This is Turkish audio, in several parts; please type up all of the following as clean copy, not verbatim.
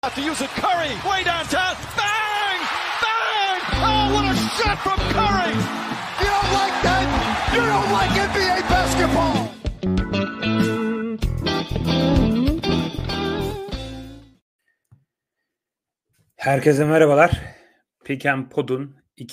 To use it, Curry, way downtown, bang! Bang! Oh, what a shot from Curry! You don't like that? You don't like NBA basketball! Herkese merhabalar. Pick and Pod'un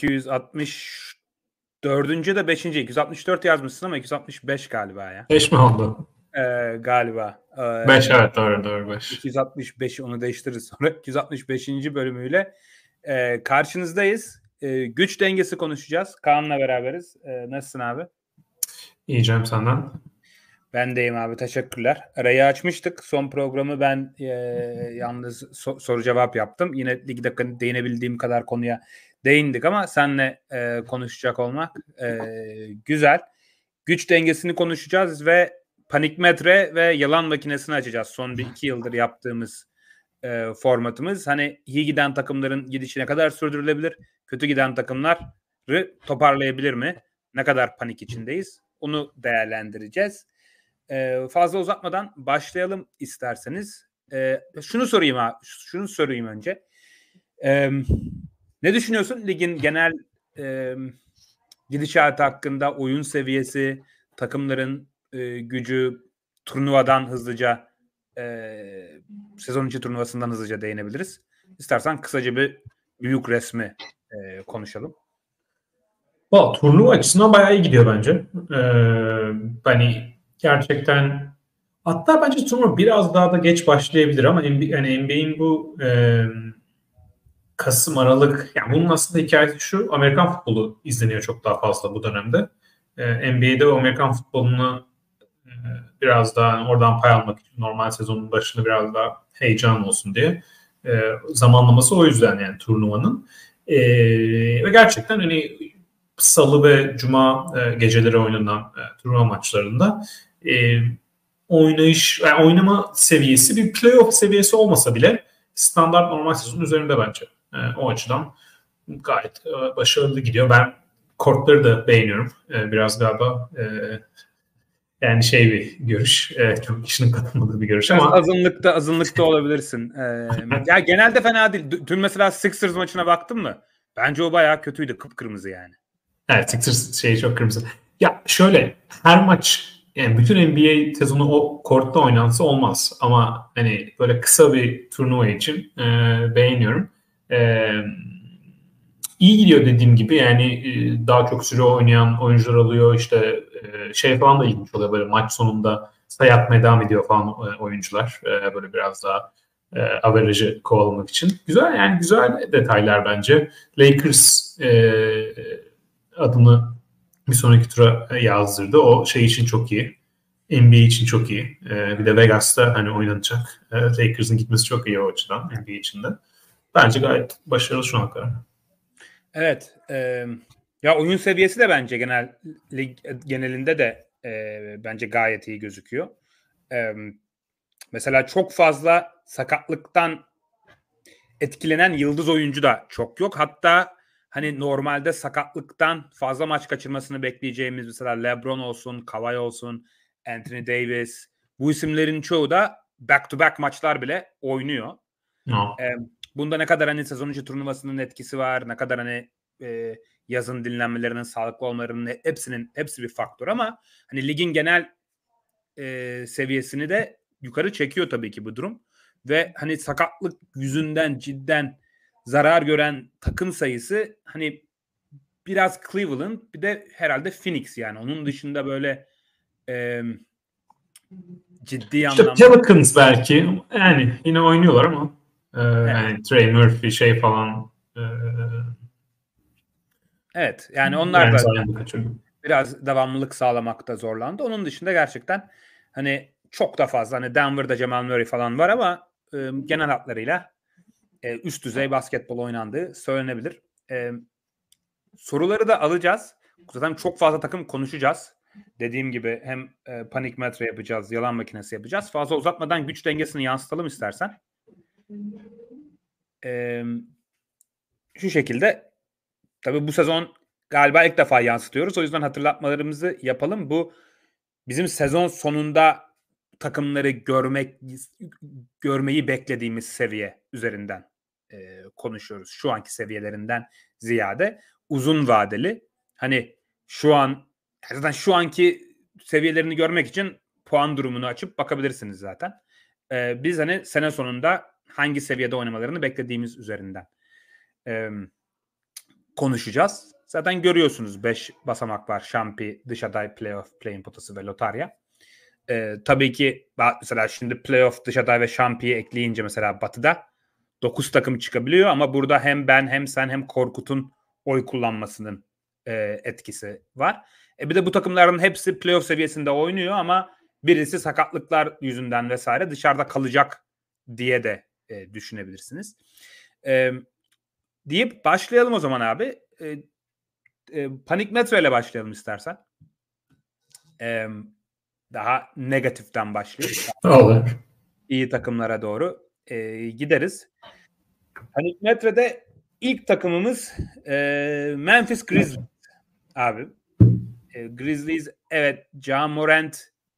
264. de 5. 264 yazmışsın ama 265 galiba ya. 5 mi oldu? Galiba. 5 evet doğru 5. 265 onu değiştiririz sonra. 265. bölümüyle karşınızdayız. Güç dengesi konuşacağız. Kaan'la beraberiz. Nasılsın abi? İyicem senden. Ben deyim abi, teşekkürler. Arayı açmıştık. Son programı ben yalnız soru cevap yaptım. Yine ligde değinebildiğim kadar konuya değindik ama seninle konuşacak olmak güzel. Güç dengesini konuşacağız ve panik metre ve yalan makinesini açacağız. Son 2 yıldır yaptığımız formatımız. Hani iyi giden takımların gidişi ne kadar sürdürülebilir? Kötü giden takımları toparlayabilir mi? Ne kadar panik içindeyiz? Onu değerlendireceğiz. Fazla uzatmadan başlayalım isterseniz. Şunu sorayım önce. Ne düşünüyorsun ligin genel gidişatı hakkında, oyun seviyesi, takımların gücü, turnuvadan hızlıca sezon içi turnuvasından hızlıca değinebiliriz. İstersen kısaca bir büyük resmi konuşalım. Turnuva açısından bayağı iyi gidiyor bence. Hani gerçekten hatta bence turnuva biraz daha da geç başlayabilir ama yani NBA'in bu Kasım, Aralık, yani bunun aslında hikayesi şu: Amerikan futbolu izleniyor çok daha fazla bu dönemde. NBA'de o Amerikan futbolunu biraz daha oradan pay almak için normal sezonun başında biraz daha heyecan olsun diye zamanlaması o yüzden yani turnuvanın. Ve gerçekten hani Salı ve Cuma geceleri oynanan turnuva maçlarında oynama seviyesi bir playoff seviyesi olmasa bile standart normal sezonun üzerinde bence. O açıdan gayet başarılı gidiyor. Ben kortları da beğeniyorum. Biraz galiba yani bir görüş. Çok kişinin katılmadığı bir görüş ama azınlıkta olabilirsin. Ya genelde fena değil. Dün mesela Sixers maçına baktın mı? Bence o bayağı kötüydü. Kıpkırmızı yani. Evet, Sixers çok kırmızı. Ya şöyle, her maç yani bütün NBA sezonu o kortta oynansa olmaz. Ama hani böyle kısa bir turnuva için beğeniyorum. İyi gidiyor dediğim gibi, yani daha çok süre oynayan oyuncular oluyor. İşte falan da ilginç oluyor, böyle maç sonunda sayı atmaya devam ediyor falan oyuncular. Böyle biraz daha average'ı kovalamak için. Güzel, yani güzel detaylar bence. Lakers adını bir sonraki tura yazdırdı. O için çok iyi. NBA için çok iyi. Bir de Vegas'ta hani oynanacak. Lakers'ın gitmesi çok iyi o açıdan NBA için de. Bence gayet başarılı şu ana kadar. Evet. Ya oyun seviyesi de bence genelinde de bence gayet iyi gözüküyor. Mesela çok fazla sakatlıktan etkilenen yıldız oyuncu da çok yok. Hatta hani normalde sakatlıktan fazla maç kaçırmasını bekleyeceğimiz mesela LeBron olsun, Kawhi olsun, Anthony Davis, bu isimlerin çoğu da back to back maçlar bile oynuyor. No. Bunda ne kadar hani sezon içi turnuvasının etkisi var, ne kadar hani yazın dinlenmelerinin sağlıklı olmalarının hepsi bir faktör ama hani ligin genel seviyesini de yukarı çekiyor tabii ki bu durum. Ve hani sakatlık yüzünden cidden zarar gören takım sayısı hani biraz Cleveland, bir de herhalde Phoenix yani. Onun dışında böyle ciddi İşte anlamda. Pelicans belki. Yani yine oynuyorlar ama Evet. yani Trey Murphy falan. Evet. Yani onlar da kaçırdı. biraz devamlılık sağlamakta zorlandı. Onun dışında gerçekten hani çok da fazla, hani Denver'da Jamal Murray falan var ama genel hatlarıyla üst düzey basketbol oynandığı söylenebilir. Soruları da alacağız. Zaten çok fazla takım konuşacağız. Dediğim gibi hem panik metre yapacağız, yalan makinesi yapacağız. Fazla uzatmadan güç dengesini yansıtalım istersen. Şu şekilde, tabii bu sezon galiba ilk defa yansıtıyoruz. O yüzden hatırlatmalarımızı yapalım. Bu bizim sezon sonunda takımları görmeyi beklediğimiz seviye üzerinden konuşuyoruz. Şu anki seviyelerinden ziyade uzun vadeli. Hani şu an zaten şu anki seviyelerini görmek için puan durumunu açıp bakabilirsiniz zaten. Biz hani sene sonunda hangi seviyede oynamalarını beklediğimiz üzerinden konuşacağız. Zaten görüyorsunuz 5 basamak var. Şampi, dış aday, playoff, play-in potası ve lotarya. Tabii ki mesela şimdi playoff, dış aday ve şampiyi ekleyince mesela Batı'da 9 takım çıkabiliyor ama burada hem ben hem sen hem Korkut'un oy kullanmasının etkisi var. Bir de bu takımların hepsi playoff seviyesinde oynuyor ama birisi sakatlıklar yüzünden vesaire dışarıda kalacak diye de düşünebilirsiniz. Deyip başlayalım o zaman abi. Panik metre ile başlayalım istersen. Daha negatiften başlayıp olur. İyi takımlara doğru gideriz. Panik metrede ilk takımımız Memphis Grizzlies abi. Grizzlies evet Ja Morant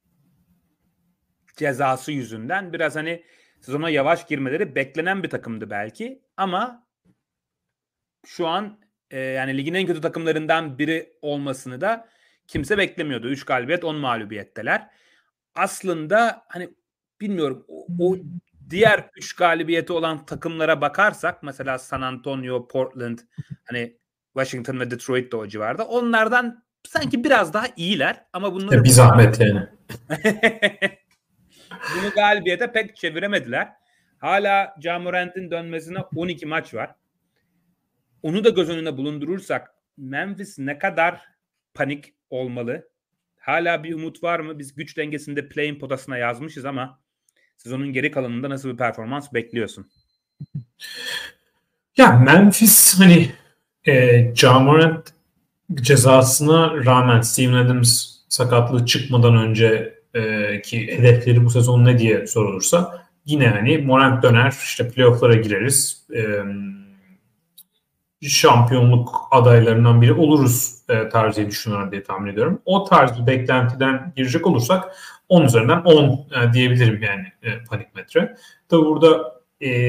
cezası yüzünden biraz hani sezona yavaş girmeleri beklenen bir takımdı belki ama şu an yani ligin en kötü takımlarından biri olmasını da kimse beklemiyordu. 3 galibiyet 10 mağlubiyetteler. Aslında hani bilmiyorum o diğer 3 galibiyeti olan takımlara bakarsak mesela San Antonio, Portland, hani Washington ve Detroit de o civarda. Onlardan sanki biraz daha iyiler ama bunları bir zahmet yani. bunu galibiyete pek çeviremediler. Hala Ja Morant'in dönmesine 12 maç var. Onu da göz önüne bulundurursak Memphis ne kadar panik olmalı? Hala bir umut var mı? Biz güç dengesinde play-in potasına yazmışız ama sezonun geri kalanında nasıl bir performans bekliyorsun? Ya Memphis hani Ja Morant cezasına rağmen Steven Adams sakatlığı çıkmadan önce ki hedefleri bu sezon ne diye sorulursa yine hani Morant döner, işte playoff'lara gireriz. Şampiyonluk adaylarından biri oluruz tarzı düşünüyorum diye tahmin ediyorum. O tarz bir beklentiden girecek olursak 10 üzerinden 10 diyebilirim yani panik metre. Tabi burada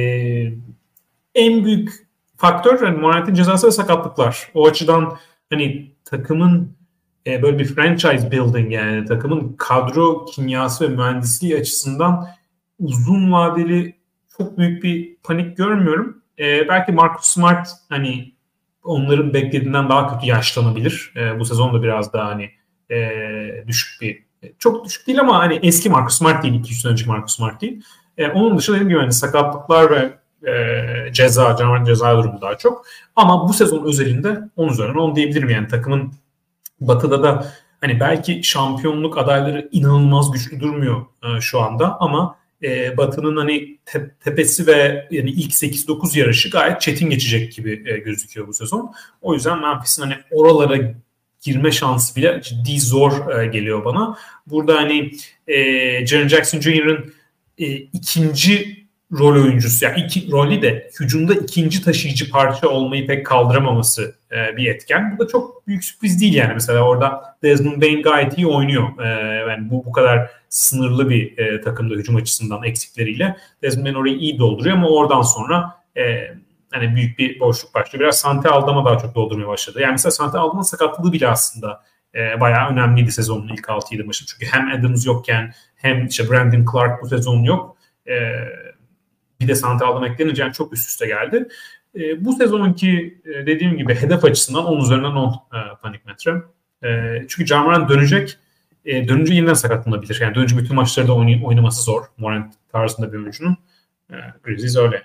en büyük faktör hani Morant'in cezası ve sakatlıklar. O açıdan hani takımın böyle bir franchise building yani takımın kadro kimyası ve mühendisliği açısından uzun vadeli çok büyük bir panik görmüyorum. Belki Marcus Smart hani onların beklediğinden daha kötü yaşlanabilir. Bu sezon da biraz daha hani düşük bir çok düşük değil ama hani eski Marcus Smart değil, 2-3 sene önceki Marcus Smart değil. Onun dışında dediğim gibi hani sakatlıklar ve ceza durumu daha çok. Ama bu sezon özelinde 10 üzerinden 10 diyebilirim yani takımın Batı'da da hani belki şampiyonluk adayları inanılmaz güçlü durmuyor şu anda ama Batı'nın hani tepesi ve yani ilk 8-9 yarışı gayet çetin geçecek gibi gözüküyor bu sezon. O yüzden Memphis'in hani oralara girme şansı bile ciddi zor geliyor bana. Burada hani Jaren Jackson Jr.'ın ikinci rol oyuncusu, yani rolü de hücumda ikinci taşıyıcı parça olmayı pek kaldıramaması bir etken. Bu da çok büyük sürpriz değil yani. Mesela orada Desmond Bane gayet iyi oynuyor. Yani bu kadar sınırlı bir takımda hücum açısından eksikleriyle Desmond Bane orayı iyi dolduruyor ama oradan sonra hani büyük bir boşluk başlıyor. Biraz Sante Aldama daha çok doldurmaya başladı. Yani mesela Sante Aldama'nın sakatlığı bile aslında bayağı önemliydi sezonun ilk 6-7 maçı. Çünkü hem Adams yokken hem işte Brandon Clark bu sezon yok. Bir de Sante Aldama eklenince yani çok üst üste geldi. Bu sezonunki dediğim gibi hedef açısından 10 üzerinden 10 panik metre. Çünkü Ja Morant dönecek. Dönünce yeniden sakatlanabilir. Yani dönünce bütün maçları da oynaması zor. Morant tarzında bir oyuncunun. Grizzlies öyle.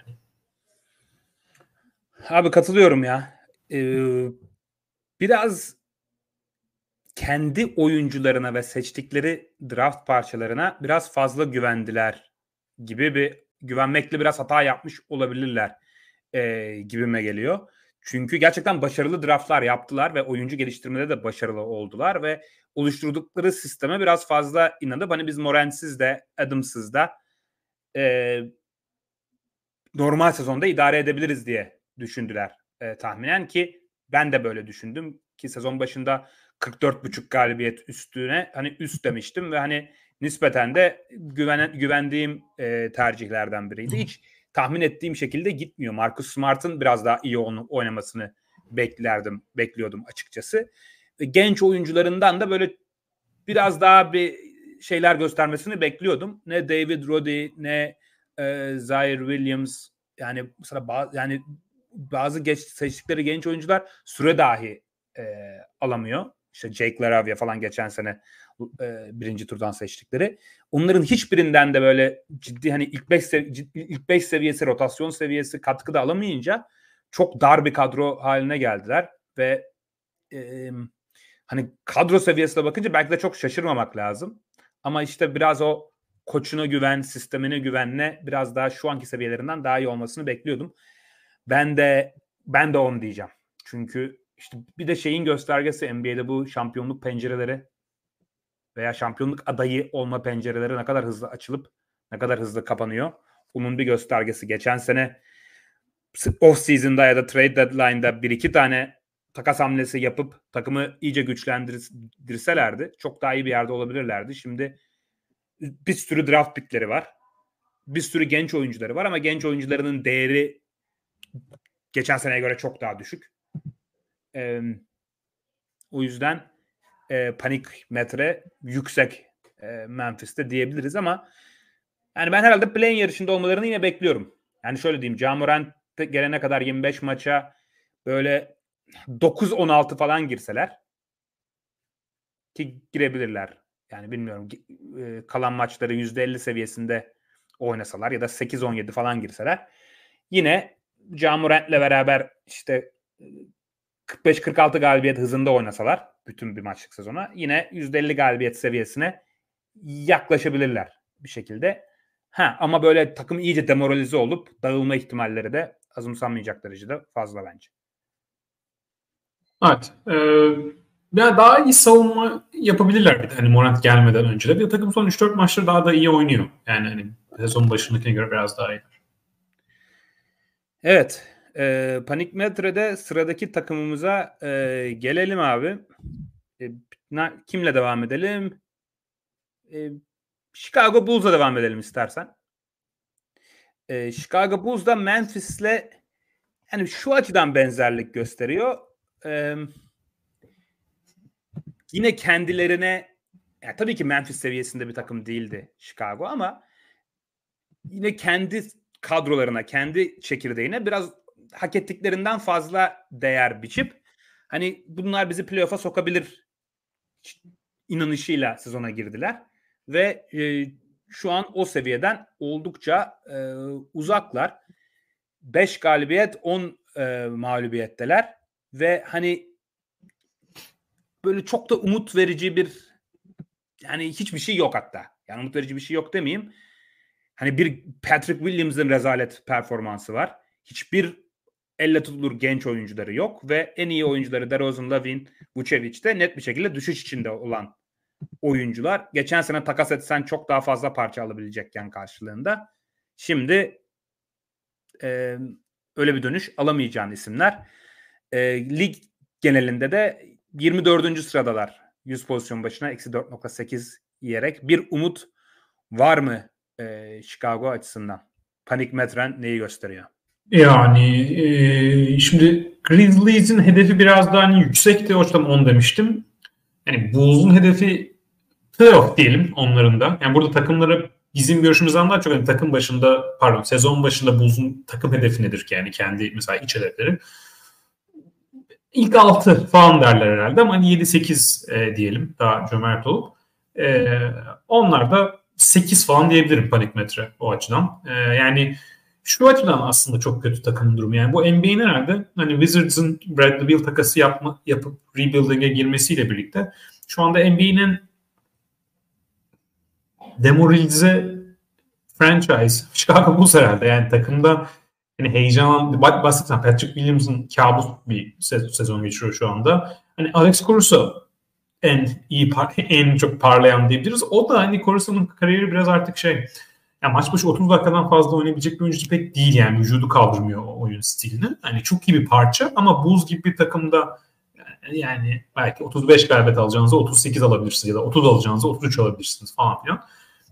Abi katılıyorum ya. Biraz kendi oyuncularına ve seçtikleri draft parçalarına biraz fazla güvendiler gibi bir güvenmekle biraz hata yapmış olabilirler gibime geliyor. Çünkü gerçekten başarılı draftlar yaptılar ve oyuncu geliştirmede de başarılı oldular ve oluşturdukları sisteme biraz fazla inanıp hani biz Morant'siz de Adams'sız da normal sezonda idare edebiliriz diye düşündüler tahminen ki ben de böyle düşündüm ki sezon başında 44,5 galibiyet üstüne hani üst demiştim ve hani nispeten de güvendiğim tercihlerden biriydi. Hiç tahmin ettiğim şekilde gitmiyor. Marcus Smart'ın biraz daha iyi oynamasını bekliyordum açıkçası. Genç oyuncularından da böyle biraz daha bir şeyler göstermesini bekliyordum. Ne David Roddy ne Zaire Williams, yani mesela bazı seçtikleri genç oyuncular süre dahi alamıyor. İşte Jake LaRavia falan geçen sene birinci turdan seçtikleri. Onların hiçbirinden de böyle ciddi hani ilk 5 seviyesi, rotasyon seviyesi katkı da alamayınca çok dar bir kadro haline geldiler ve hani kadro seviyesine bakınca belki de çok şaşırmamak lazım. Ama işte biraz o koçuna güven, sistemine güvenle biraz daha şu anki seviyelerinden daha iyi olmasını bekliyordum. Ben de onu diyeceğim. Çünkü işte bir de şeyin göstergesi NBA'de bu şampiyonluk pencereleri veya şampiyonluk adayı olma pencereleri ne kadar hızlı açılıp ne kadar hızlı kapanıyor. Onun bir göstergesi. Geçen sene off-season'da ya da trade deadline'da 1-2 tane takas hamlesi yapıp takımı iyice güçlendirselerdi çok daha iyi bir yerde olabilirlerdi. Şimdi bir sürü draft pickleri var. Bir sürü genç oyuncuları var ama genç oyuncularının değeri geçen seneye göre çok daha düşük. O yüzden panik metre yüksek Memphis'te diyebiliriz ama yani ben herhalde play-in yarışında olmalarını yine bekliyorum. Yani şöyle diyeyim, Ja Morant gelene kadar 25 maça böyle 9-16 falan girseler ki girebilirler. Yani bilmiyorum, kalan maçları %50 seviyesinde oynasalar ya da 8-17 falan girseler yine Ja Morant'le beraber işte 45-46 galibiyet hızında oynasalar bütün bir maçlık sezona yine %50 galibiyet seviyesine yaklaşabilirler bir şekilde. Ama böyle takım iyice demoralize olup dağılma ihtimalleri de azımsanmayacak derecede fazla bence. Evet. Yani daha iyi savunma yapabilirler bir de hani Morant gelmeden önce de. Bir takım son 3-4 maçları daha da iyi oynuyor. Yani hani sezon başındakine göre biraz daha iyi. Evet. Panik Metre'de sıradaki takımımıza gelelim abi. Kimle devam edelim? Chicago Bulls'la devam edelim istersen. Chicago Bulls'da Memphis'le yani şu açıdan benzerlik gösteriyor. Yine kendilerine, yani tabii ki Memphis seviyesinde bir takım değildi Chicago ama yine kendi kadrolarına, kendi çekirdeğine biraz hak ettiklerinden fazla değer biçip hani bunlar bizi playoff'a sokabilir inanışıyla sezona girdiler ve şu an o seviyeden oldukça uzaklar. 5 galibiyet 10 mağlubiyetteler ve hani böyle çok da umut verici bir, yani hiçbir şey yok hatta. Yani umut verici bir şey yok demeyeyim. Hani bir Patrick Williams'ın rezalet performansı var. Hiçbir elle tutulur genç oyuncuları yok ve en iyi oyuncuları DeRozan, Lavin, Vucevic de net bir şekilde düşüş içinde olan oyuncular. Geçen sene takas etsen çok daha fazla parça alabilecekken karşılığında. Şimdi öyle bir dönüş alamayacağın isimler. Lig genelinde de 24. sıradalar. 100 pozisyon başına -4.8 yiyerek. Bir umut var mı Chicago açısından? Panik metren neyi gösteriyor? Yani şimdi Grizzlies'in hedefi biraz daha hani yüksekti. O yüzden 10 demiştim. Yani Bulls'un hedefi playoff diyelim onların da. Yani burada takımları bizim görüşümüzden daha çok hani takım başında, sezon başında Bulls'un takım hedefi nedir ki? Yani kendi mesela iç hedefleri. İlk 6 falan derler herhalde ama hani 7-8 diyelim daha cömert olup. Onlar da 8 falan diyebilirim panik metre o açıdan. Yani şu açıdan aslında çok kötü takımın durumu. Yani bu NBA'nin herhalde hani Wizards'ın Bradley Beal takası yapıp rebuilding'e girmesiyle birlikte şu anda NBA'nin demoralize franchise Chicago Bulls herhalde. Yani takımda hani heyecan, bahsetsen Patrick Williams'ın kabus bir sezon geçiriyor şu anda. Hani Alex Caruso en çok parlayan diyebiliriz. O da hani Caruso'nun kariyeri biraz artık yani maç başı 30 dakikadan fazla oynayabilecek bir oyuncu pek değil yani. Vücudu kaldırmıyor o oyun stilini. Hani çok iyi bir parça ama Bulls gibi bir takımda yani Yani belki 35 galibiyet alacağınızda 38 alabilirsiniz ya da 30 alacağınızda 33 alabilirsiniz falan filan.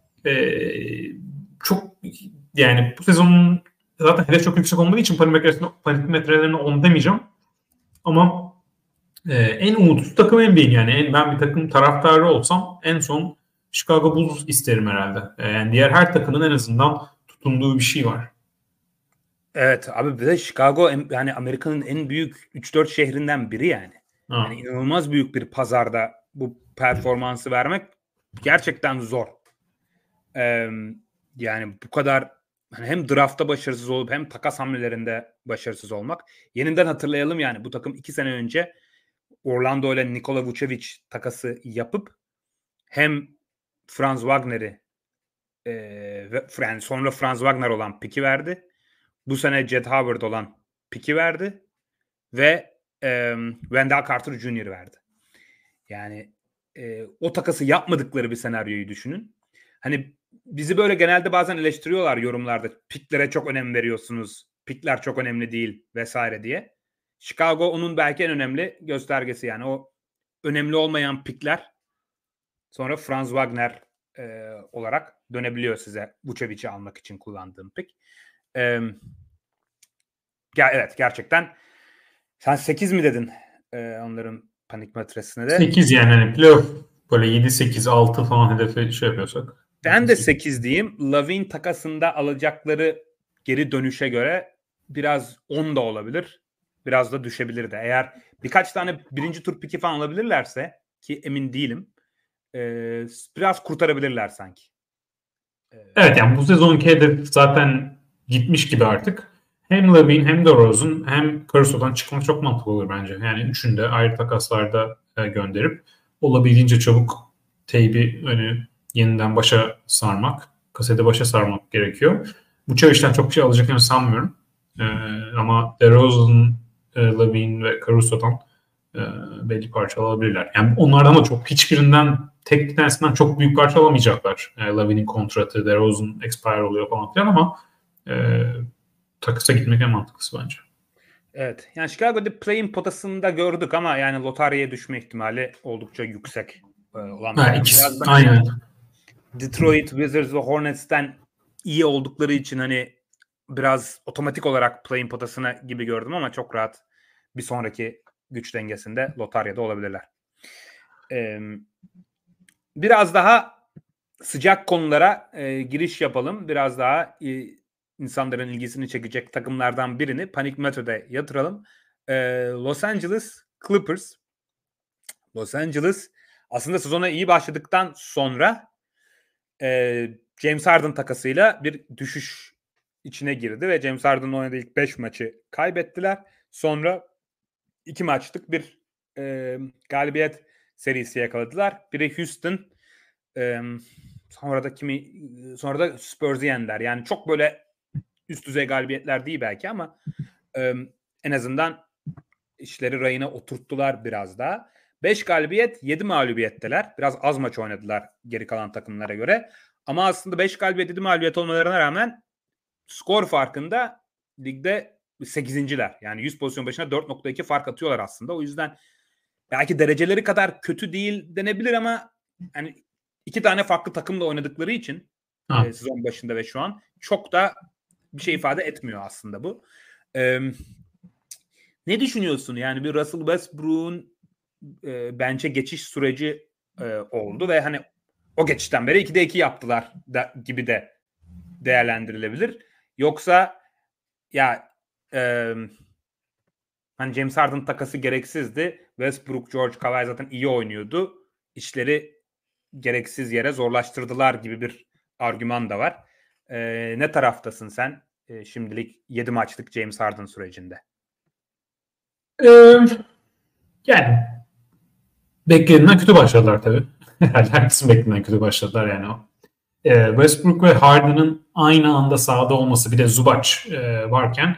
Çok yani bu sezonun zaten hedef çok yüksek olmadığı için panik metrelerine 10 demeyeceğim. Ama en umutsuz takım NBA'in yani. Ben bir takım taraftarı olsam en son Chicago Bulls isterim herhalde. Yani diğer her takımın en azından tutunduğu bir şey var. Evet abi, bir de Chicago yani Amerika'nın en büyük 3-4 şehrinden biri yani. Yani inanılmaz büyük bir pazarda bu performansı vermek gerçekten zor. Yani bu kadar hani hem draftta başarısız olup hem takas hamlelerinde başarısız olmak. Yeniden hatırlayalım yani bu takım 2 sene önce Orlando ile Nikola Vucevic takası yapıp hem Franz Wagner'i yani sonra Franz Wagner olan piki verdi. Bu sene Jet Howard olan piki verdi ve Wendell Carter Jr. verdi. Yani o takası yapmadıkları bir senaryoyu düşünün. Hani bizi böyle genelde bazen eleştiriyorlar yorumlarda. Piklere çok önem veriyorsunuz. Pikler çok önemli değil vesaire diye. Chicago onun belki en önemli göstergesi. Yani o önemli olmayan pikler sonra Franz Wagner olarak dönebiliyor size Vucevic'i almak için kullandığım pik. Evet gerçekten. Sen 8 mi dedin onların panik metresine de? 8 yani hani playoff böyle 7-8-6 falan hedefi şey yapıyorsak. Ben de 8 diyeyim. Lavin takasında alacakları geri dönüşe göre biraz 10 da olabilir. Biraz da düşebilir de. Eğer birkaç tane birinci tur piki falan alabilirlerse ki emin değilim. Biraz kurtarabilirler sanki. Evet yani bu sezonki hedef zaten gitmiş gibi artık. Hem Lavin hem de Rosen hem Caruso'dan çıkmak çok mantıklı olur bence. Yani üçünü de ayrı takaslarda gönderip olabildiğince çabuk teybi hani yeniden başa sarmak, kasete başa sarmak gerekiyor. Bu Vucevic'ten çok bir şey alacaklarını sanmıyorum. Ama DeRozan, Lavin ve Caruso'dan belli parça alabilirler. Yani onlardan da çok hiçbirinden tek bir tanesinden çok büyük parça alamayacaklar. Lavin'in kontratı, DeRozan expire oluyor falan filan ama takısa gitmek en mantıklısı bence. Evet. Yani Chicago'da play-in potasında gördük ama yani lotaryaya düşme ihtimali oldukça yüksek olan. İkisi, aynen. Detroit, Wizards ve Hornets'ten iyi oldukları için hani biraz otomatik olarak play-in potasına gibi gördüm ama çok rahat bir sonraki güç dengesinde lotaryada olabilirler. Biraz daha sıcak konulara giriş yapalım. Biraz daha insanların ilgisini çekecek takımlardan birini Panic Metre'de yatıralım. Los Angeles Clippers. Los Angeles aslında sezona iyi başladıktan sonra James Harden takasıyla bir düşüş içine girdi ve James Harden'ın oynadığı ilk 5 maçı kaybettiler. Sonra 2 maçlık bir galibiyet serisi yakaladılar. Biri Houston, sonra da Spurs'ı yendiler. Yani çok böyle üst düzey galibiyetler değil belki ama en azından işleri rayına oturttular biraz daha. 5 galibiyet, 7 mağlubiyetteler. Biraz az maç oynadılar geri kalan takımlara göre. Ama aslında 5 galibiyet, 7 mağlubiyet olmalarına rağmen skor farkında ligde 8.'ler. Yani 100 pozisyon başına 4.2 fark atıyorlar aslında. O yüzden belki dereceleri kadar kötü değil denebilir ama yani 2 tane farklı takımla oynadıkları için sezon başında ve şu an çok da bir şey ifade etmiyor aslında bu. Ne düşünüyorsun? Yani bir Russell Westbrook'un bench'e geçiş süreci oldu ve hani o geçişten beri 2'de 2 yaptılar gibi de değerlendirilebilir. Yoksa ya hani James Harden takası gereksizdi. Westbrook, George Kawhi zaten iyi oynuyordu. İşleri gereksiz yere zorlaştırdılar gibi bir argüman da var. Ne taraftasın sen şimdilik 7 maçlık James Harden sürecinde? Yani beklediğinden kötü başladılar tabii. Herkesin beklediğinden kötü başladılar yani o. Westbrook ve Harden'ın aynı anda sahada olması bir de Zubac varken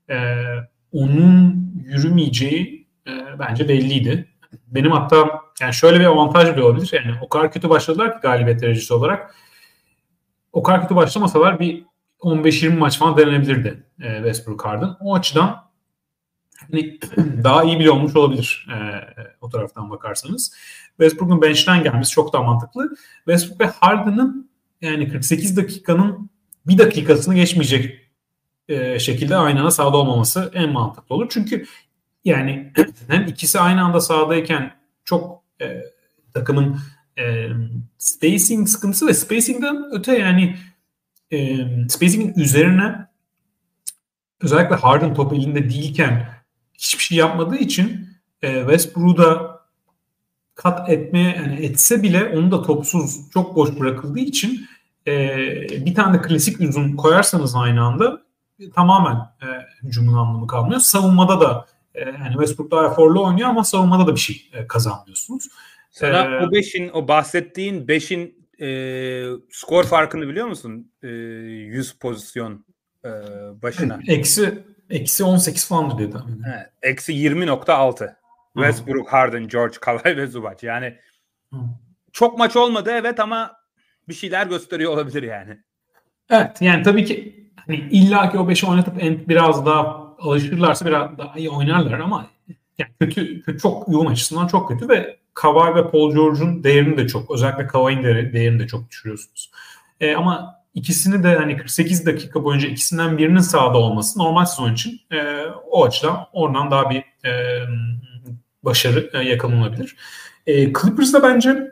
onun yürümeyeceği bence belliydi. Benim hatta yani şöyle bir avantaj bile olabilir. Yani o kadar kötü başladılar ki galibiyet derecesi olarak. O kadar kötü başlamasalar bir 15-20 maç falan denenebilirdi Westbrook Harden. O açıdan hani daha iyi bile olmuş olabilir o taraftan bakarsanız. Westbrook'un bench'ten gelmesi çok daha mantıklı. Westbrook ve Harden'ın yani 48 dakikanın bir dakikasını geçmeyecek şekilde aynı anda sahada olmaması en mantıklı olur. Çünkü yani hem ikisi aynı anda sahadayken çok takımın spacing sıkıntısı ve spacing'den öte yani spacing'in üzerine özellikle Harden top elinde değilken hiçbir şey yapmadığı için Westbrook'u da kat etmeye yani etse bile onu da topsuz çok boş bırakıldığı için bir tane de klasik uzun koyarsanız aynı anda tamamen hücumun anlamı kalmıyor. Savunmada da yani Westbrook daha eforlu oynuyor ama savunmada da bir şey kazanmıyorsunuz. Sana o bahsettiğin 5'in skor farkını biliyor musun? 100 pozisyon başına. Eksi 18 falan dedi. Eksi 20.6. Westbrook, Harden, George, Kawhi ve Zubac. Yani çok maç olmadı evet ama bir şeyler gösteriyor olabilir yani. Evet yani tabii ki hani illa ki o 5'i oynatıp biraz daha alışırlarsa biraz daha iyi oynarlar ama yani kötü çok uyum açısından çok kötü ve Kawhi ve Paul George'un değerini de çok özellikle Kawhi'nin değerini de çok düşürüyorsunuz. Ama ikisini de hani 48 dakika boyunca ikisinden birinin sahada olması normal sezon için o açıdan oradan daha bir başarı yakalanabilir. Clippers'da bence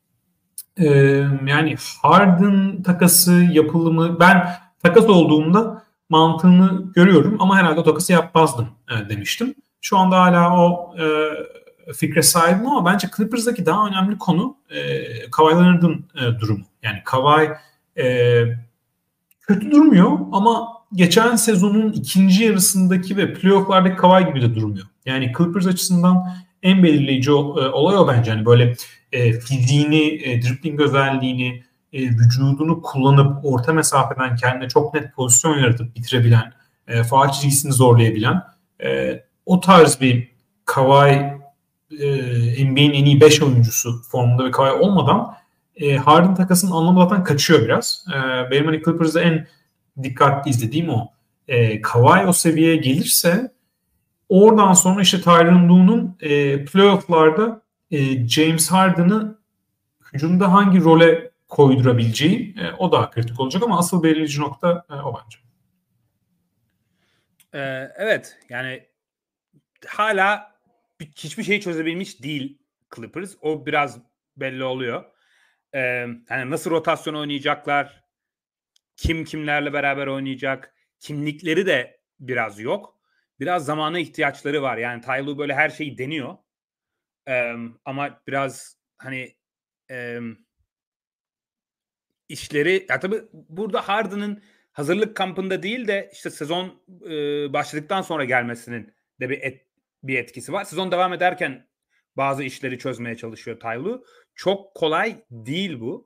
yani Harden takası yapılımı ben takas olduğunda mantığını görüyorum ama herhalde o takası yapmazdım demiştim. Şu anda hala o fikre sahibim ama bence Clippers'daki daha önemli konu Kawhi Leonard'ın durumu. Yani Kawhi kötü durmuyor ama geçen sezonun ikinci yarısındaki ve playoff'lardaki Kawhi gibi de durmuyor. Yani Clippers açısından en belirleyici olay o bence. Yani böyle fiziğini, dribbling özelliğini, vücudunu kullanıp orta mesafeden kendine çok net pozisyon yaratıp bitirebilen, faul çizgisini zorlayabilen o tarz bir Kawhi NBA'nin en iyi 5 oyuncusu formunda bir Kawhi olmadan Harden takasının anlamı zaten kaçıyor biraz. Benim hani Clippers'da en dikkatli izlediğim o. Kawhi o seviyeye gelirse oradan sonra işte Tyronn Lue'nun playoff'larda James Harden'ı hücumda hangi role koydurabileceği o daha kritik olacak ama asıl belirleyici nokta o bence. Evet yani hala hiçbir şeyi çözebilmiş değil Clippers. O biraz belli oluyor. Yani nasıl rotasyon oynayacaklar, kim kimlerle beraber oynayacak, kimlikleri de biraz yok. Biraz zamana ihtiyaçları var. Yani Ty Lue böyle her şeyi deniyor. Ama biraz hani işleri ya tabii burada Harden'ın hazırlık kampında değil de işte sezon başladıktan sonra gelmesinin de bir etkisi var. Sezon devam ederken bazı işleri çözmeye çalışıyor Ty Lue. Çok kolay değil bu.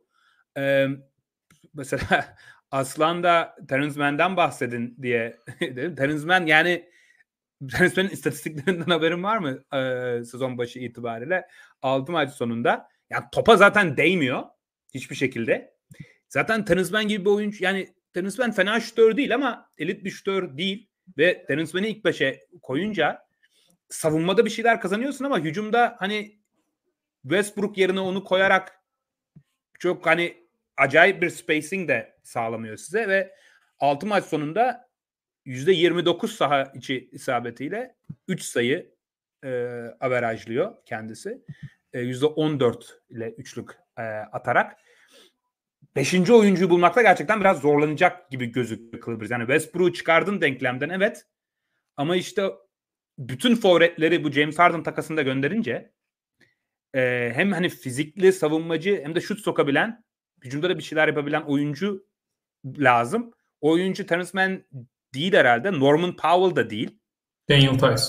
Mesela Aslan da Terence Mann'den bahsedin diye dedim. Terence Mann yani Terence Mann'in istatistiklerinden haberin var mı sezon başı itibariyle? 6 maç sonunda. Yani topa zaten değmiyor hiçbir şekilde. Zaten Terence Mann gibi bir oyuncu yani Terence Mann fena şütör değil ama elit bir şütör değil ve Terence Mann'i ilk 5'e koyunca savunmada bir şeyler kazanıyorsun ama hücumda hani Westbrook yerine onu koyarak çok hani acayip bir spacing de sağlamıyor size ve 6 maç sonunda %29 saha içi isabetiyle 3 sayı averajlıyor kendisi. %14 ile üçlük atarak. 5. oyuncuyu bulmakta gerçekten biraz zorlanacak gibi gözüküyor Clippers. Yani Westbrook'u çıkardın denklemden evet. Ama işte bütün forvetleri bu James Harden takasında gönderince hem hani fizikli savunmacı hem de şut sokabilen, hücumda da bir şeyler yapabilen oyuncu lazım. O oyuncu Terence Mann değil herhalde. Norman Powell da değil. Daniel Tice.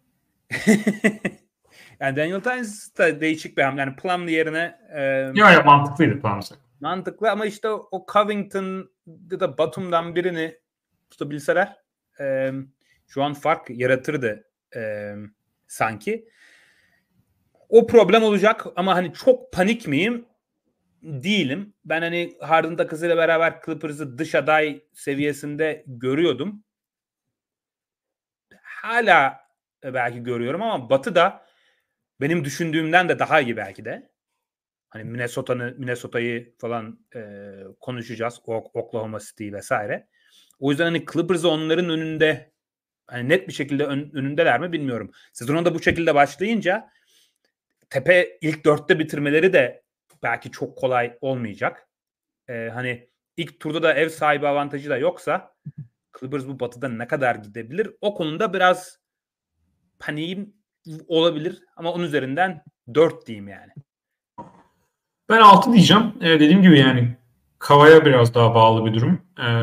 Yani Daniel Tice da değişik bir hamle. Yani Plumlee yerine ya mantıklıydı Plumlee. Mantıklı ama işte o Covington ya da Batum'dan birini tutabilseler şu an fark yaratırdı sanki. O problem olacak ama hani çok panik miyim? Değilim. Ben hani Harden takısıyla beraber Clippers'ı dış aday seviyesinde görüyordum. Hala belki görüyorum ama Batı da benim düşündüğümden de daha iyi belki de. Hani Minnesota'yı falan konuşacağız. Oklahoma City vesaire. O yüzden hani Clippers onların önünde, hani net bir şekilde önündeler mi bilmiyorum. Sezona da bu şekilde başlayınca tepe ilk 4'te bitirmeleri de belki çok kolay olmayacak. Hani ilk turda da ev sahibi avantajı da yoksa Clippers bu Batı'da ne kadar gidebilir? O konuda biraz paniğim olabilir ama onun üzerinden 4 diyeyim yani. Ben 6 diyeceğim. Dediğim gibi yani Kava'ya biraz daha bağlı bir durum.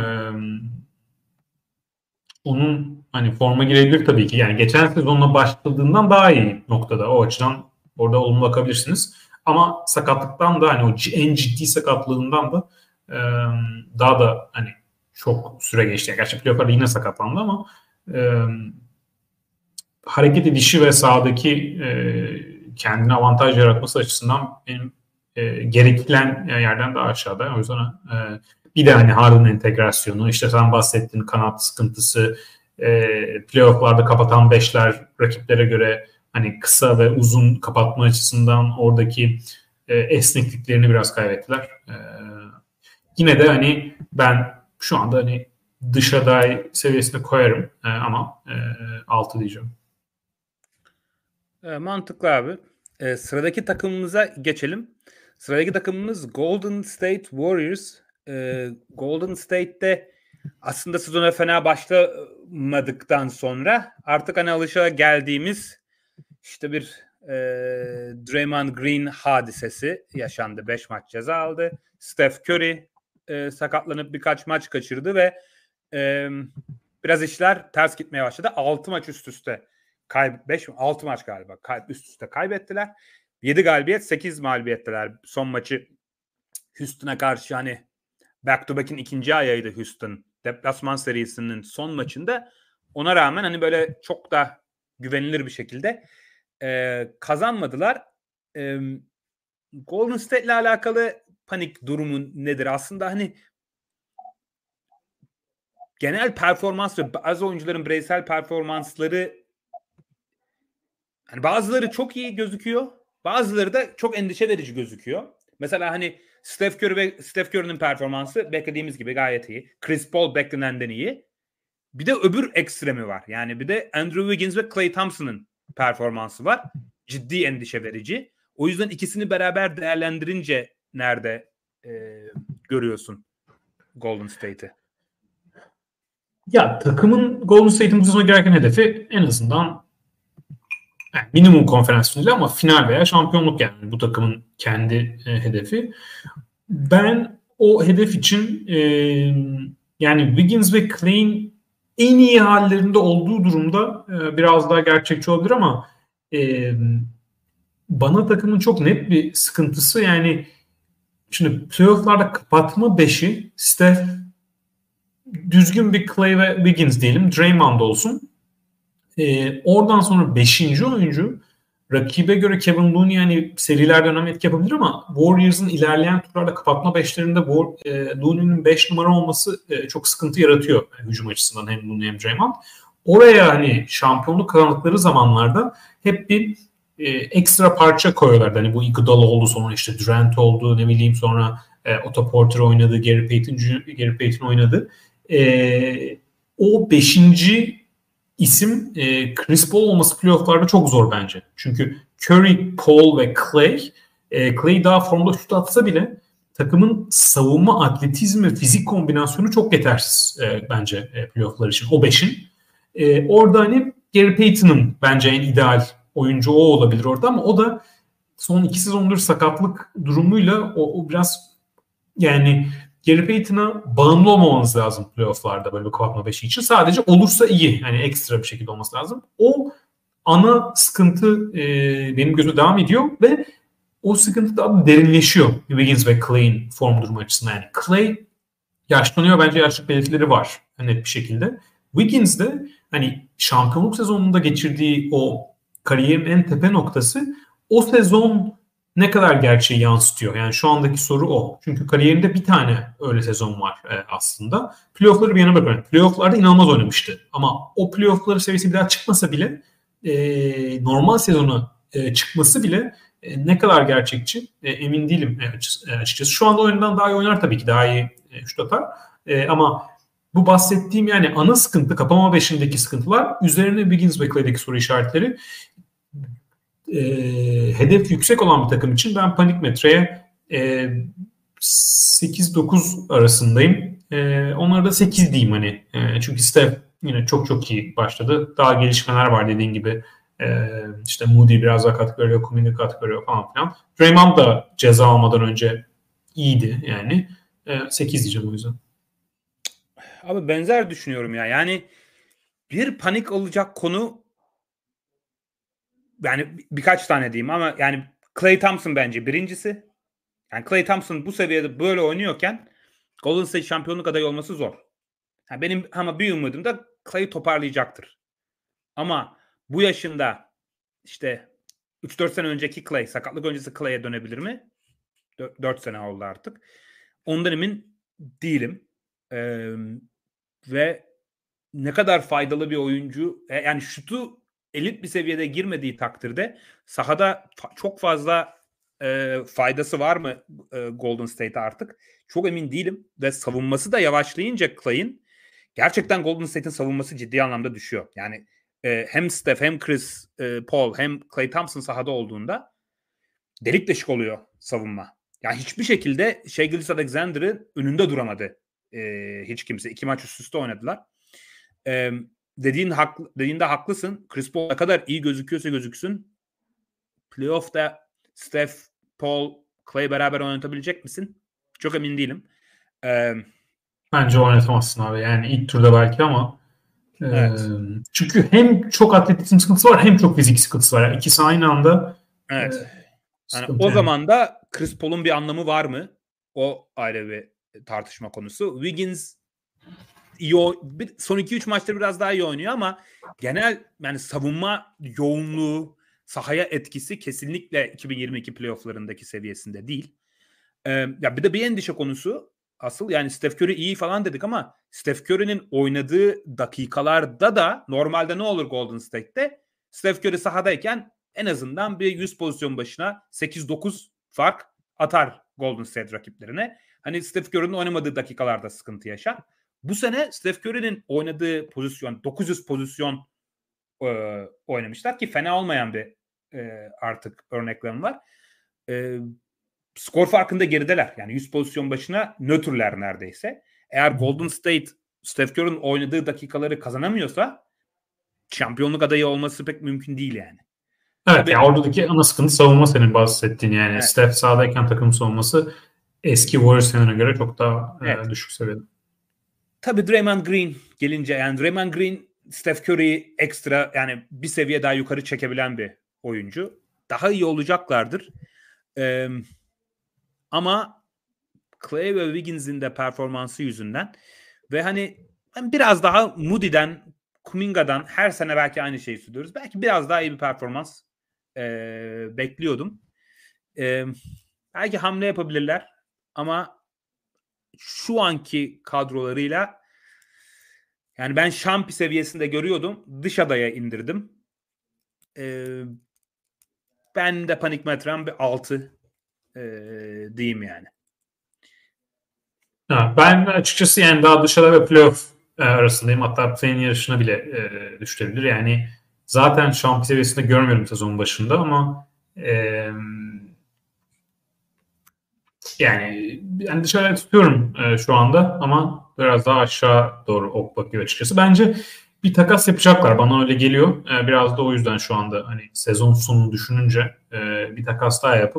Onun hani forma girebilir tabii ki. Yani geçen sezonla başladığından daha iyi noktada. O açıdan orada olumlu bakabilirsiniz. Ama sakatlıktan da hani o en ciddi sakatlığından da daha da hani çok süre geçti. Gerçi playoff'larda yine sakatlandı ama hareket edişi ve sahadaki kendine avantaj yaratması açısından benim gerekilen yerden daha aşağıda. O yüzden bir de hani Harden entegrasyonu, işte sen bahsettiğin kanat sıkıntısı, playoff'larda kapatan beşler rakiplere göre hani kısa ve uzun kapatma açısından oradaki esnekliklerini biraz kaybettiler. Yine de hani ben şu anda hani dış aday seviyesine koyarım ama 6 diyeceğim. Mantıklı abi. Sıradaki takımımıza geçelim. Sıradaki takımımız Golden State Warriors. Golden State'te aslında sezona fena başlamadıktan sonra artık hani alışageldiğimiz işte bir Draymond Green hadisesi yaşandı. 5 maç ceza aldı. Steph Curry sakatlanıp birkaç maç kaçırdı ve biraz işler ters gitmeye başladı. 6 maç üst üste 6 maç galiba üst üste kaybettiler. 7 galibiyet 8 mağlubiyetteler. Son maçı Houston'a karşı hani back to back'in ikinci ayağıydı Houston. Deplasman serisinin son maçında. Ona rağmen hani böyle çok da güvenilir bir şekilde kazanmadılar. Golden State ile alakalı panik durumu nedir? Aslında hani genel performans ve bazı oyuncuların bireysel performansları, hani bazıları çok iyi gözüküyor. Bazıları da çok endişe verici gözüküyor. Mesela hani Steph Curry'nin performansı beklediğimiz gibi gayet iyi. Chris Paul beklenenden iyi. Bir de öbür ekstremi var. Yani bir de Andrew Wiggins ve Klay Thompson'ın performansı var. Ciddi endişe verici. O yüzden ikisini beraber değerlendirince nerede görüyorsun Golden State'i? Ya takımın Golden State'in bu sezona girerken hedefi en azından yani minimum konferans finali ama final veya şampiyonluk, yani bu takımın kendi hedefi. Ben o hedef için yani Wiggins ve Clay'in en iyi hallerinde olduğu durumda biraz daha gerçekçi olabilir ama bana takımın çok net bir sıkıntısı, yani şimdi playoff'larda kapatma beşi Steph, düzgün bir Clay ve Wiggins diyelim, Draymond olsun. Oradan sonra 5. oyuncu rakibe göre Kevin Looney yani serilerde önemli etki yapabilir ama Warriors'ın ilerleyen turlarda kapatma beşlerinde Looney'nin 5 numara olması çok sıkıntı yaratıyor hücum açısından, hem Looney hem Draymond. Oraya hani şampiyonluk kazandıkları zamanlarda hep bir ekstra parça koyuyorlardı. Hani bu Iguodala oldu, sonra işte Durant oldu, ne bileyim sonra Otto Porter oynadı, Gary Payton oynadı. O 5. isim Chris Paul olması playoff'larda çok zor bence. Çünkü Curry, Paul ve Clay daha formda şut atsa bile takımın savunma, atletizm ve fizik kombinasyonu çok yetersiz bence playoff'lar için. O 5'in. Orada hani Gary Payton'ın bence en ideal oyuncu o olabilir orada ama o da son 2 sezondur sakatlık durumuyla o biraz, yani Gary Payton'a bağımlı olmamanız lazım playoff'larda böyle bir kapatma beşi için. Sadece olursa iyi. Yani ekstra bir şekilde olması lazım. O ana sıkıntı benim gözüme devam ediyor ve o sıkıntı daha derinleşiyor Wiggins ve Clay'in form durumu açısından. Yani Clay yaşlanıyor, bence yaşlık belirtileri var net bir şekilde. Wiggins de hani şampiyonluk sezonunda geçirdiği o kariyerin en tepe noktası, o sezon ne kadar gerçeği yansıtıyor? Yani şu andaki soru o. Çünkü kariyerinde bir tane öyle sezon var aslında. Playoff'ları bir yana bırakın. Playoff'larda inanılmaz oynamıştı. Ama o playoff'ları seviyesi bir daha çıkmasa bile normal sezonu çıkması bile ne kadar gerçekçi emin değilim açıkçası. Şu anda oyundan daha iyi oynar tabii ki. Daha iyi şut atar. Ama bu bahsettiğim yani ana sıkıntı, kapama beşindeki sıkıntılar üzerine Wiggins ve Clay'deki soru işaretleri. Hedef yüksek olan bir takım için ben panik metreye 8-9 arasındayım. Onlara da 8 diyeyim hani. Çünkü Steph yine çok çok iyi başladı. Daha gelişmeler var dediğin gibi. İşte Moody biraz daha katkı veriyor, Kuminga katkı veriyor falan filan. Draymond da ceza almadan önce iyiydi yani. 8 diyeceğim o yüzden. Abi benzer düşünüyorum ya. Yani bir panik olacak konu, yani birkaç tane diyeyim ama yani Klay Thompson bence birincisi. Yani Klay Thompson bu seviyede böyle oynuyorken Golden State şampiyonluk adayı olması zor. Yani benim ama bir umudum da Klay toparlayacaktır. Ama bu yaşında işte 3-4 sene önceki Klay, sakatlık öncesi Klay'e dönebilir mi? 4 sene oldu artık. Ondan emin değilim. Ve ne kadar faydalı bir oyuncu, yani şutu elit bir seviyede girmediği takdirde sahada çok fazla faydası var mı Golden State'e artık? Çok emin değilim ve savunması da yavaşlayınca Klay'in gerçekten Golden State'in savunması ciddi anlamda düşüyor. Yani hem Steph hem Chris Paul hem Klay Thompson sahada olduğunda delik deşik oluyor savunma. Yani hiçbir şekilde Shai Gilgeous-Alexander'ın önünde duramadı hiç kimse. 2 maç üst üste oynadılar. Dediğinde haklısın. Chris Paul ne kadar iyi gözüküyorsa gözüksün, playoff'ta Steph, Paul, Klay beraber oynatabilecek misin? Çok emin değilim. Bence oynatamazsın abi. Yani ilk turda belki ama evet. Çünkü hem çok atletizm sıkıntısı var hem çok fizik sıkıntısı var. Yani ikisi aynı anda. Evet. Yani o zaman da Chris Paul'un bir anlamı var mı? O ayrı bir tartışma konusu. Wiggins son 2-3 maçta biraz daha iyi oynuyor ama genel yani savunma yoğunluğu, sahaya etkisi kesinlikle 2022 playofflarındaki seviyesinde değil. Ya bir de bir endişe konusu asıl, yani Steph Curry iyi falan dedik ama Steph Curry'nin oynadığı dakikalarda da normalde ne olur Golden State'te? Steph Curry sahadayken en azından bir 100 pozisyon başına 8-9 fark atar Golden State rakiplerine. Hani Steph Curry'nin oynamadığı dakikalarda sıkıntı yaşar. Bu sene Steph Curry'nin oynadığı pozisyon 900 pozisyon oynamışlar ki fena olmayan bir artık örneklerim var. Skor farkında gerideler. Yani 100 pozisyon başına nötrler neredeyse. Eğer Golden State Steph Curry'nin oynadığı dakikaları kazanamıyorsa şampiyonluk adayı olması pek mümkün değil yani. Evet, tabii, yani oradaki ana sıkıntı savunma, senin bahsettiğin yani. Evet. Steph sahadayken takım savunması eski Warriors senine göre çok daha düşük seviyede. Tabii Draymond Green gelince, yani Draymond Green Steph Curry'yi ekstra yani bir seviye daha yukarı çekebilen bir oyuncu. Daha iyi olacaklardır. Ama Klay ve Wiggins'in de performansı yüzünden ve hani biraz daha Moody'den, Kuminga'dan her sene belki aynı şeyi söylüyoruz. Belki biraz daha iyi bir performans bekliyordum. Belki hamle yapabilirler ama şu anki kadrolarıyla yani ben şampi seviyesinde görüyordum. Dış adaya indirdim. Ben de panik metrem bir 6 diyeyim yani. Ha, ben açıkçası yani daha dışarıda ve playoff arasındayım. Hatta play-in yarışına bile düşebilir. Yani zaten şampiyon seviyesinde görmüyorum sezonun başında ama yani dışarıda tutuyorum şu anda ama biraz daha aşağı doğru ok bakıyor açıkçası. Bence bir takas yapacaklar. Bana öyle geliyor. Biraz da o yüzden şu anda hani sezon sonunu düşününce bir takas daha yapıp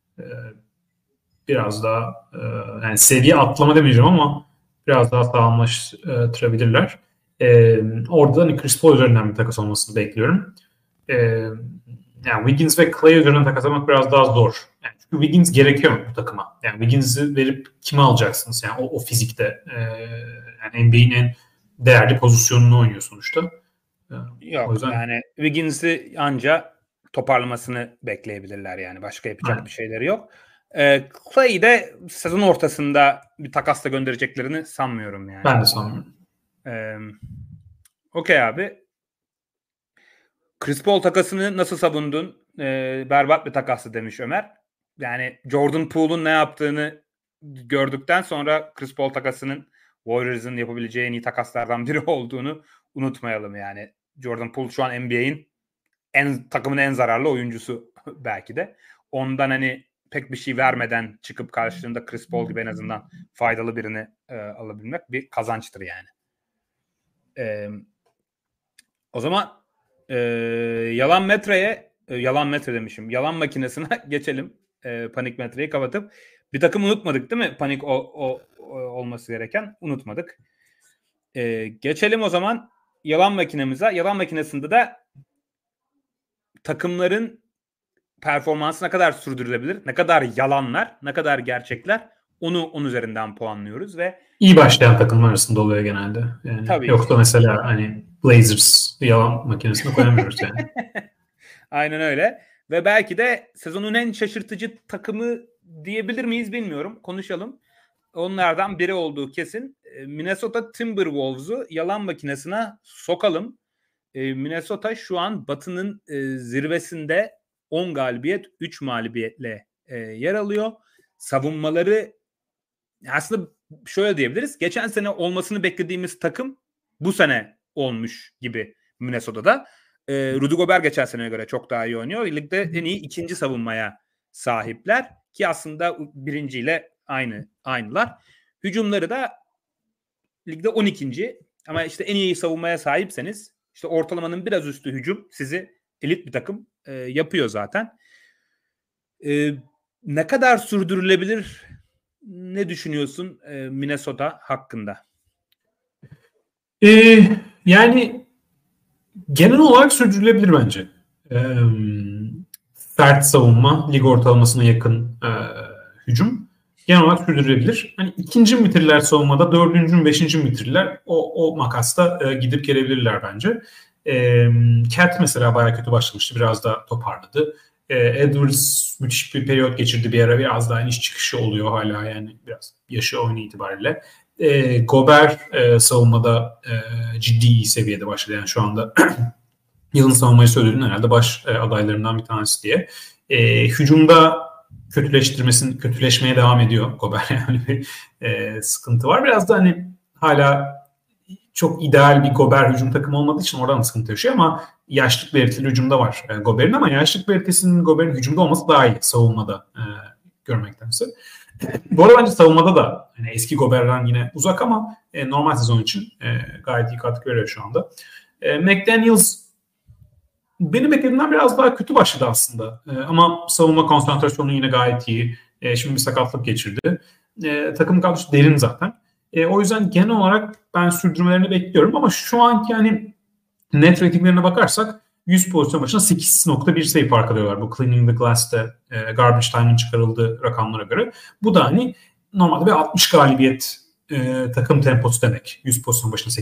biraz daha yani seviye atlama demeyeceğim ama biraz daha sağlamlaştırabilirler. Orada hani Chris Paul üzerinden bir takas olmasını bekliyorum. Yani Wiggins ve Klay üzerinden takas almak biraz daha zor. Yani çünkü Wiggins gerekiyor bu takıma. Yani Wiggins'i verip kime alacaksınız? Yani o fizikte. Yani NBA'nin en değerli pozisyonunu oynuyor sonuçta. Yok o yüzden... yani Wiggins'i anca toparlamasını bekleyebilirler yani. Başka yapacak bir şeyleri yok. Clay'i de sezon ortasında bir takasla göndereceklerini sanmıyorum yani. Ben de sanmıyorum. Okey abi. Chris Paul takasını nasıl savundun? Berbat bir takası demiş Ömer. Yani Jordan Poole'un ne yaptığını gördükten sonra Chris Paul takasının Warriors'ın yapabileceği en iyi takaslardan biri olduğunu unutmayalım yani. Jordan Poole şu an NBA'in takımın en zararlı oyuncusu belki de. Ondan hani pek bir şey vermeden çıkıp karşılığında Chris Paul gibi en azından faydalı birini alabilmek bir kazançtır yani. O zaman yalan makinesine geçelim. Panik metreyi kapatıp bir takım unutmadık değil mi? Panik olması gereken unutmadık. Geçelim o zaman yalan makinemize. Yalan makinesinde de takımların performansı ne kadar sürdürülebilir, ne kadar yalanlar, ne kadar gerçekler, onun üzerinden puanlıyoruz ve iyi başlayan takımlar arasında oluyor genelde. Yani tabii yoksa mesela hani Blazers yalan makinesine koyamıyoruz yani. Aynen öyle. Ve belki de sezonun en şaşırtıcı takımı diyebilir miyiz bilmiyorum. Konuşalım. Onlardan biri olduğu kesin. Minnesota Timberwolves'u yalan makinesine sokalım. Minnesota şu an Batı'nın zirvesinde 10 galibiyet, 3 mağlubiyetle yer alıyor. Savunmaları aslında şöyle diyebiliriz. Geçen sene olmasını beklediğimiz takım bu sene olmuş gibi Minnesota'da. Rudy Gobert geçen seneye göre çok daha iyi oynuyor. Ligde en iyi ikinci savunmaya sahipler ki aslında birinciyle aynılar. Hücumları da ligde 12. Ama işte en iyi savunmaya sahipseniz işte ortalamanın biraz üstü hücum sizi elit bir takım yapıyor zaten. Ne kadar sürdürülebilir, ne düşünüyorsun Minnesota hakkında? Yani genel olarak sürdürülebilir bence. Sert savunma, lig ortalamasına yakın hücum genel olarak sürdürülebilir. Hani ikinci mi bitirirler savunmada, dördüncü mü, beşinci mi bitirirler? O makasta gidip gelebilirler bence. Cat mesela bayağı kötü başlamıştı. Biraz da toparladı. Edwards müthiş bir periyot geçirdi bir ara. Biraz daha iniş çıkışı oluyor hala yani. Biraz yaşı oyunu itibariyle. Gobert savunmada ciddi iyi seviyede başladı. Yani şu anda yılın savunmacısı ödülünün herhalde baş adaylarından bir tanesi diye. Hücumda kötüleşmeye devam ediyor Gobert. Yani bir sıkıntı var. Biraz da hani hala çok ideal bir Gobert hücum takımı olmadığı için oradan sıkıntı yaşıyor ama yaşlık belirtili hücumda var Gobert'in, ama yaşlık belirtisinin Gobert'in hücumda olması daha iyi savunmada görmektense. Bu arada bence savunmada da hani eski Gobert'den yine uzak ama normal sezon için gayet iyi katkı veriyor şu anda. McDaniels benim beklediğimden biraz daha kötü başladı aslında. Ama savunma konsantrasyonu yine gayet iyi. Şimdi bir sakatlık geçirdi. Takım kadrosu derin zaten. O yüzden genel olarak ben sürdürmelerini bekliyorum ama şu anki hani net ratinglerine bakarsak 100 pozisyon başına 8.1 sayı fark alıyorlar. Bu Cleaning the Glass'te Garbage Time'ın çıkarıldığı rakamlara göre. Bu da hani normalde bir 60 galibiyet takım temposu demek. 100 pozisyon başına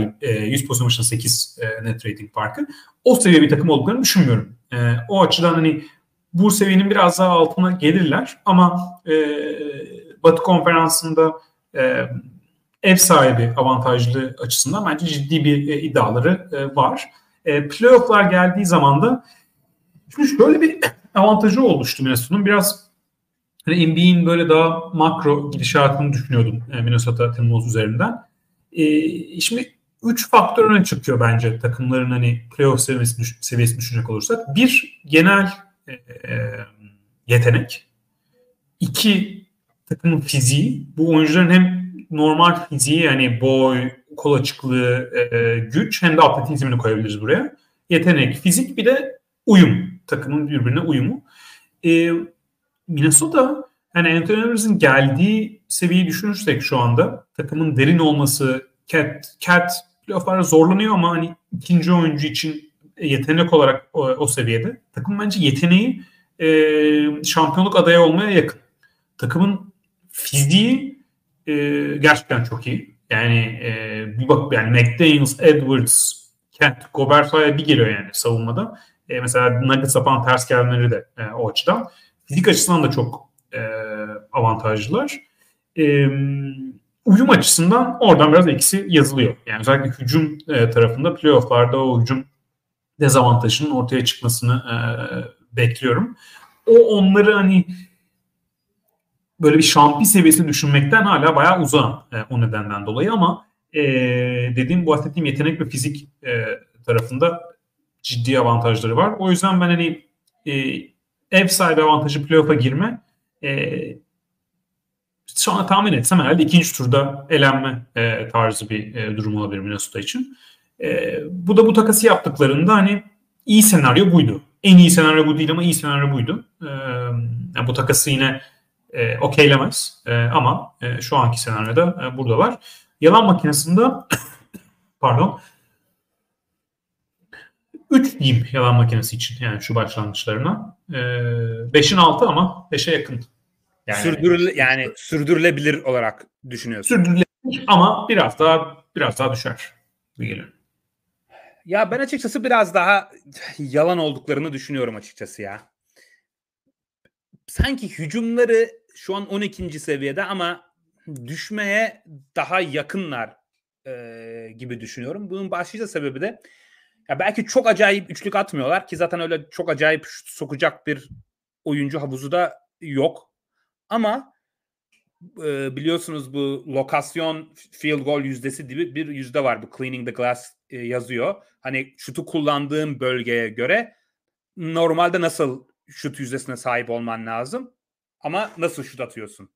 8 net rating farkı. O seviye bir takım olduklarını düşünmüyorum. O açıdan hani bu seviyenin biraz daha altına gelirler ama Batı Konferansı'nda ev sahibi avantajlı açısından bence ciddi bir iddiaları var. Playoff'lar geldiği zaman da şimdi şöyle bir avantajı oluştu Minnesota'nın. Biraz hani NBA'in böyle daha makro gidişatını düşünüyordum Minnesota Timberwolves üzerinden. Şimdi 3 faktör öne çıkıyor bence takımların hani playoff seviyesini düşünecek olursak. 1, genel yetenek. 2, takımın fiziği. Bu oyuncuların hem normal fiziği yani boy, kol açıklığı, güç hem de atletizmini koyabiliriz buraya. Yetenek, fizik, bir de uyum. Takımın birbirine uyumu. Minnesota yani Anthony Edwards'ın geldiği seviyeyi düşünürsek şu anda takımın derin olması, Cat playoff'larda zorlanıyor ama hani ikinci oyuncu için yetenek olarak o seviyede. Takım bence yeteneği şampiyonluk adayı olmaya yakın. Takımın fiziği gerçekten çok iyi. Yani bir bak yani McDaniels, Edwards, Cat, Gobert sahaya bir geliyor yani savunmada. Mesela Nuggets yapan ters gelmeleri de o açıdan. Fizik açısından da çok avantajlılar. Uyum açısından oradan biraz eksi yazılıyor. Yani özellikle hücum tarafında playoff'larda o hücum dezavantajının ortaya çıkmasını bekliyorum. O onları hani böyle bir şampiyon seviyesini düşünmekten hala bayağı uzağım o nedenden dolayı ama bahsettiğim yetenek ve fizik tarafında ciddi avantajları var. O yüzden ben hani ev sahibi avantajı playoff'a girme şu an tahmin etsem herhalde ikinci turda elenme tarzı bir durum olabilir Minnesota için. Bu takası yaptıklarında hani iyi senaryo buydu. En iyi senaryo bu değil ama iyi senaryo buydu. Yani bu takası yine okeylemez ama şu anki senaryoda buradalar. Yalan makinesinde pardon 3 diyeyim yalan makinesi için yani şu başlangıçlarına. 5'in altı ama 5'e yakın. Yani sürdürülebilir olarak düşünüyorsun. Sürdürülebilir ama biraz daha düşer. Geliyor. Ya ben açıkçası biraz daha yalan olduklarını düşünüyorum açıkçası ya. Sanki hücumları şu an 12. seviyede ama düşmeye daha yakınlar gibi düşünüyorum. Bunun başlıca sebebi de ya belki çok acayip üçlük atmıyorlar ki zaten öyle çok acayip şut sokacak bir oyuncu havuzu da yok. Ama biliyorsunuz bu lokasyon field goal yüzdesi gibi bir yüzde var. Bu cleaning the glass yazıyor. Hani şutu kullandığın bölgeye göre normalde nasıl şut yüzdesine sahip olman lazım ama nasıl şut atıyorsun?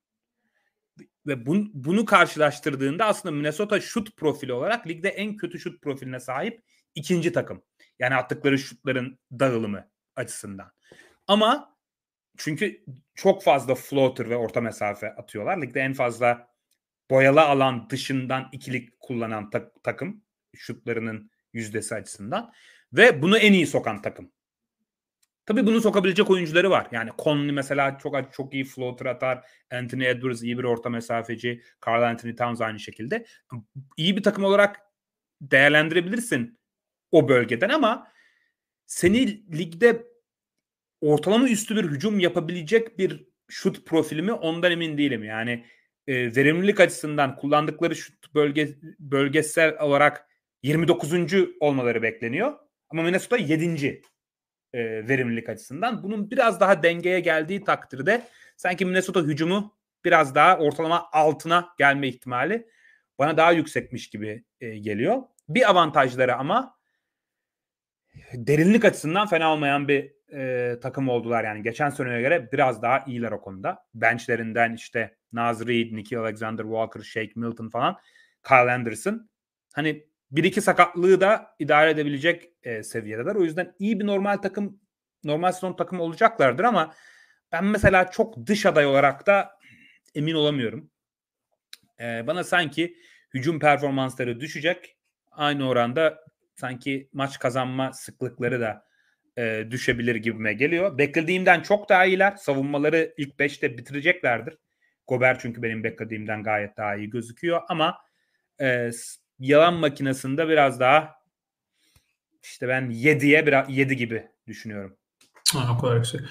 Ve bunu karşılaştırdığında aslında Minnesota şut profili olarak ligde en kötü şut profiline sahip ikinci takım. Yani attıkları şutların dağılımı açısından. Ama çünkü çok fazla floater ve orta mesafe atıyorlar. Ligde en fazla boyalı alan dışından ikilik kullanan takım şutlarının yüzdesi açısından ve bunu en iyi sokan takım. Tabii bunu sokabilecek oyuncuları var. Yani Conley mesela çok iyi floater atar. Anthony Edwards iyi bir orta mesafeci. Karl Anthony Towns aynı şekilde. İyi bir takım olarak değerlendirebilirsin o bölgeden ama seni ligde ortalama üstü bir hücum yapabilecek bir şut profili mi ondan emin değilim. Yani verimlilik açısından kullandıkları şut bölgesel olarak 29. olmaları bekleniyor. Ama Minnesota 7. verimlilik açısından. Bunun biraz daha dengeye geldiği takdirde sanki Minnesota hücumu biraz daha ortalama altına gelme ihtimali bana daha yüksekmiş gibi geliyor. Bir avantajları ama derinlik açısından fena olmayan bir takım oldular. Yani geçen seneye göre biraz daha iyiler o konuda. Benchlerinden işte Naz Reid, Nickeil Alexander-Walker, Shake Milton falan, Kyle Anderson. Hani bir iki sakatlığı da idare edebilecek seviyedeler. O yüzden iyi bir normal sezon takımı olacaklardır ama ben mesela çok dış aday olarak da emin olamıyorum. Bana sanki hücum performansları düşecek. Aynı oranda sanki maç kazanma sıklıkları da düşebilir gibime geliyor. Beklediğimden çok daha iyiler. Savunmaları ilk 5'te bitireceklerdir. Gobert çünkü benim beklediğimden gayet daha iyi gözüküyor ama yalan makinesinde biraz daha işte ben 7 gibi düşünüyorum. O kadar güzel.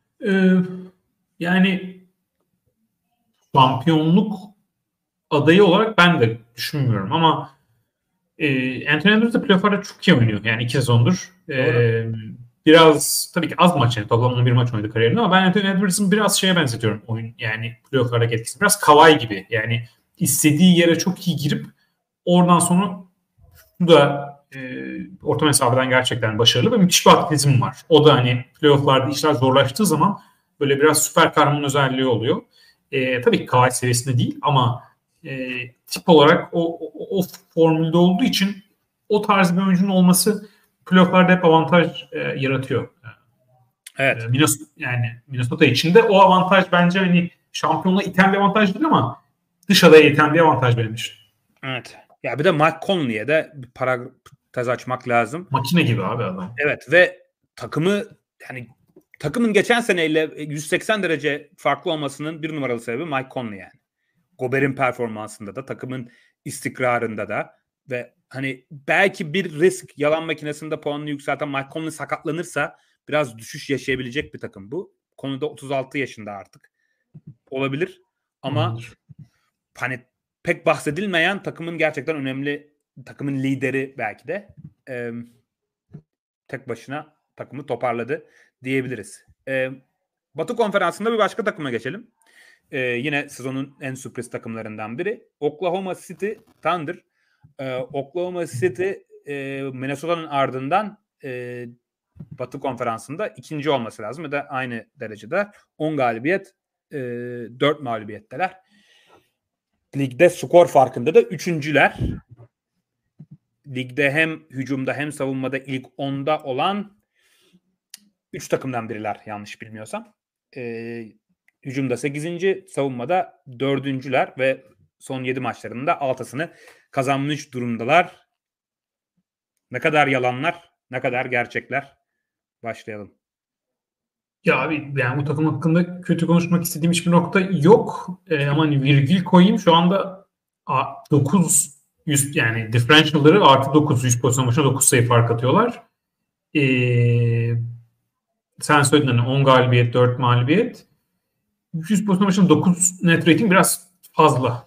Yani şampiyonluk adayı olarak ben de düşünmüyorum ama Anthony Edwards da playoff'larda çok iyi oynuyor. Yani 2 sezondur. Biraz tabii ki az maç yani toplam 11 maç oynadı kariyerinde ama ben Anthony Edwards'ın biraz şeye benzetiyorum oyun yani playoff'lardaki etkisi. Biraz Kawhi gibi yani istediği yere çok iyi girip oradan sonra bu da orta mesafeden gerçekten başarılı ve müthiş bir atletizm var. O da hani playoff'larda işler zorlaştığı zaman böyle biraz süper kahraman özelliği oluyor. Tabii ki Kawhi seviyesinde değil ama tip olarak o formülde olduğu için o tarz bir oyuncunun olması playoff'larda hep avantaj yaratıyor. Evet. Minnesota için de o avantaj bence hani şampiyonluğa iten bir avantaj değil ama dış adaya iten bir avantaj benim için. Evet. Ya bir de Mike Conley'e de bir parantez açmak lazım. Makine gibi abi adam. Evet ve takımın geçen seneyle 180 derece farklı olmasının bir numaralı sebebi Mike Conley yani. Gobert'in performansında da, takımın istikrarında da ve hani belki bir risk yalan makinesinde puanını yükselten Mike Conley sakatlanırsa biraz düşüş yaşayabilecek bir takım bu. Konuda 36 yaşında artık. Olabilir ama hani pek bahsedilmeyen takımın gerçekten önemli takımın lideri belki de. tek başına takımı toparladı diyebiliriz. Batı Konferansı'nda bir başka takıma geçelim. Yine sezonun en sürpriz takımlarından biri. Oklahoma City Thunder. Oklahoma City Minnesota'nın ardından Batı Konferansı'nda ikinci olması lazım ya da aynı derecede 10 galibiyet 4 mağlubiyetteler. Ligde skor farkında da üçüncüler. Ligde hem hücumda hem savunmada ilk 10'da olan 3 takımdan biriler yanlış bilmiyorsam. Hücumda 8. savunmada 4.'ler ve son 7 maçlarında 6'sını kazanmış durumdalar. Ne kadar yalanlar, ne kadar gerçekler. Başlayalım. Ya abi yani bu takım hakkında kötü konuşmak istediğim hiçbir nokta yok. Ama hani virgül koyayım. Şu anda 9 yani differential'ları artı 9 100 pozisyon başına 9 sayı fark atıyorlar. Sen söyledin hani 10 galibiyet 4 mağlubiyet. 100 pozisyon başına 9 net rating biraz fazla.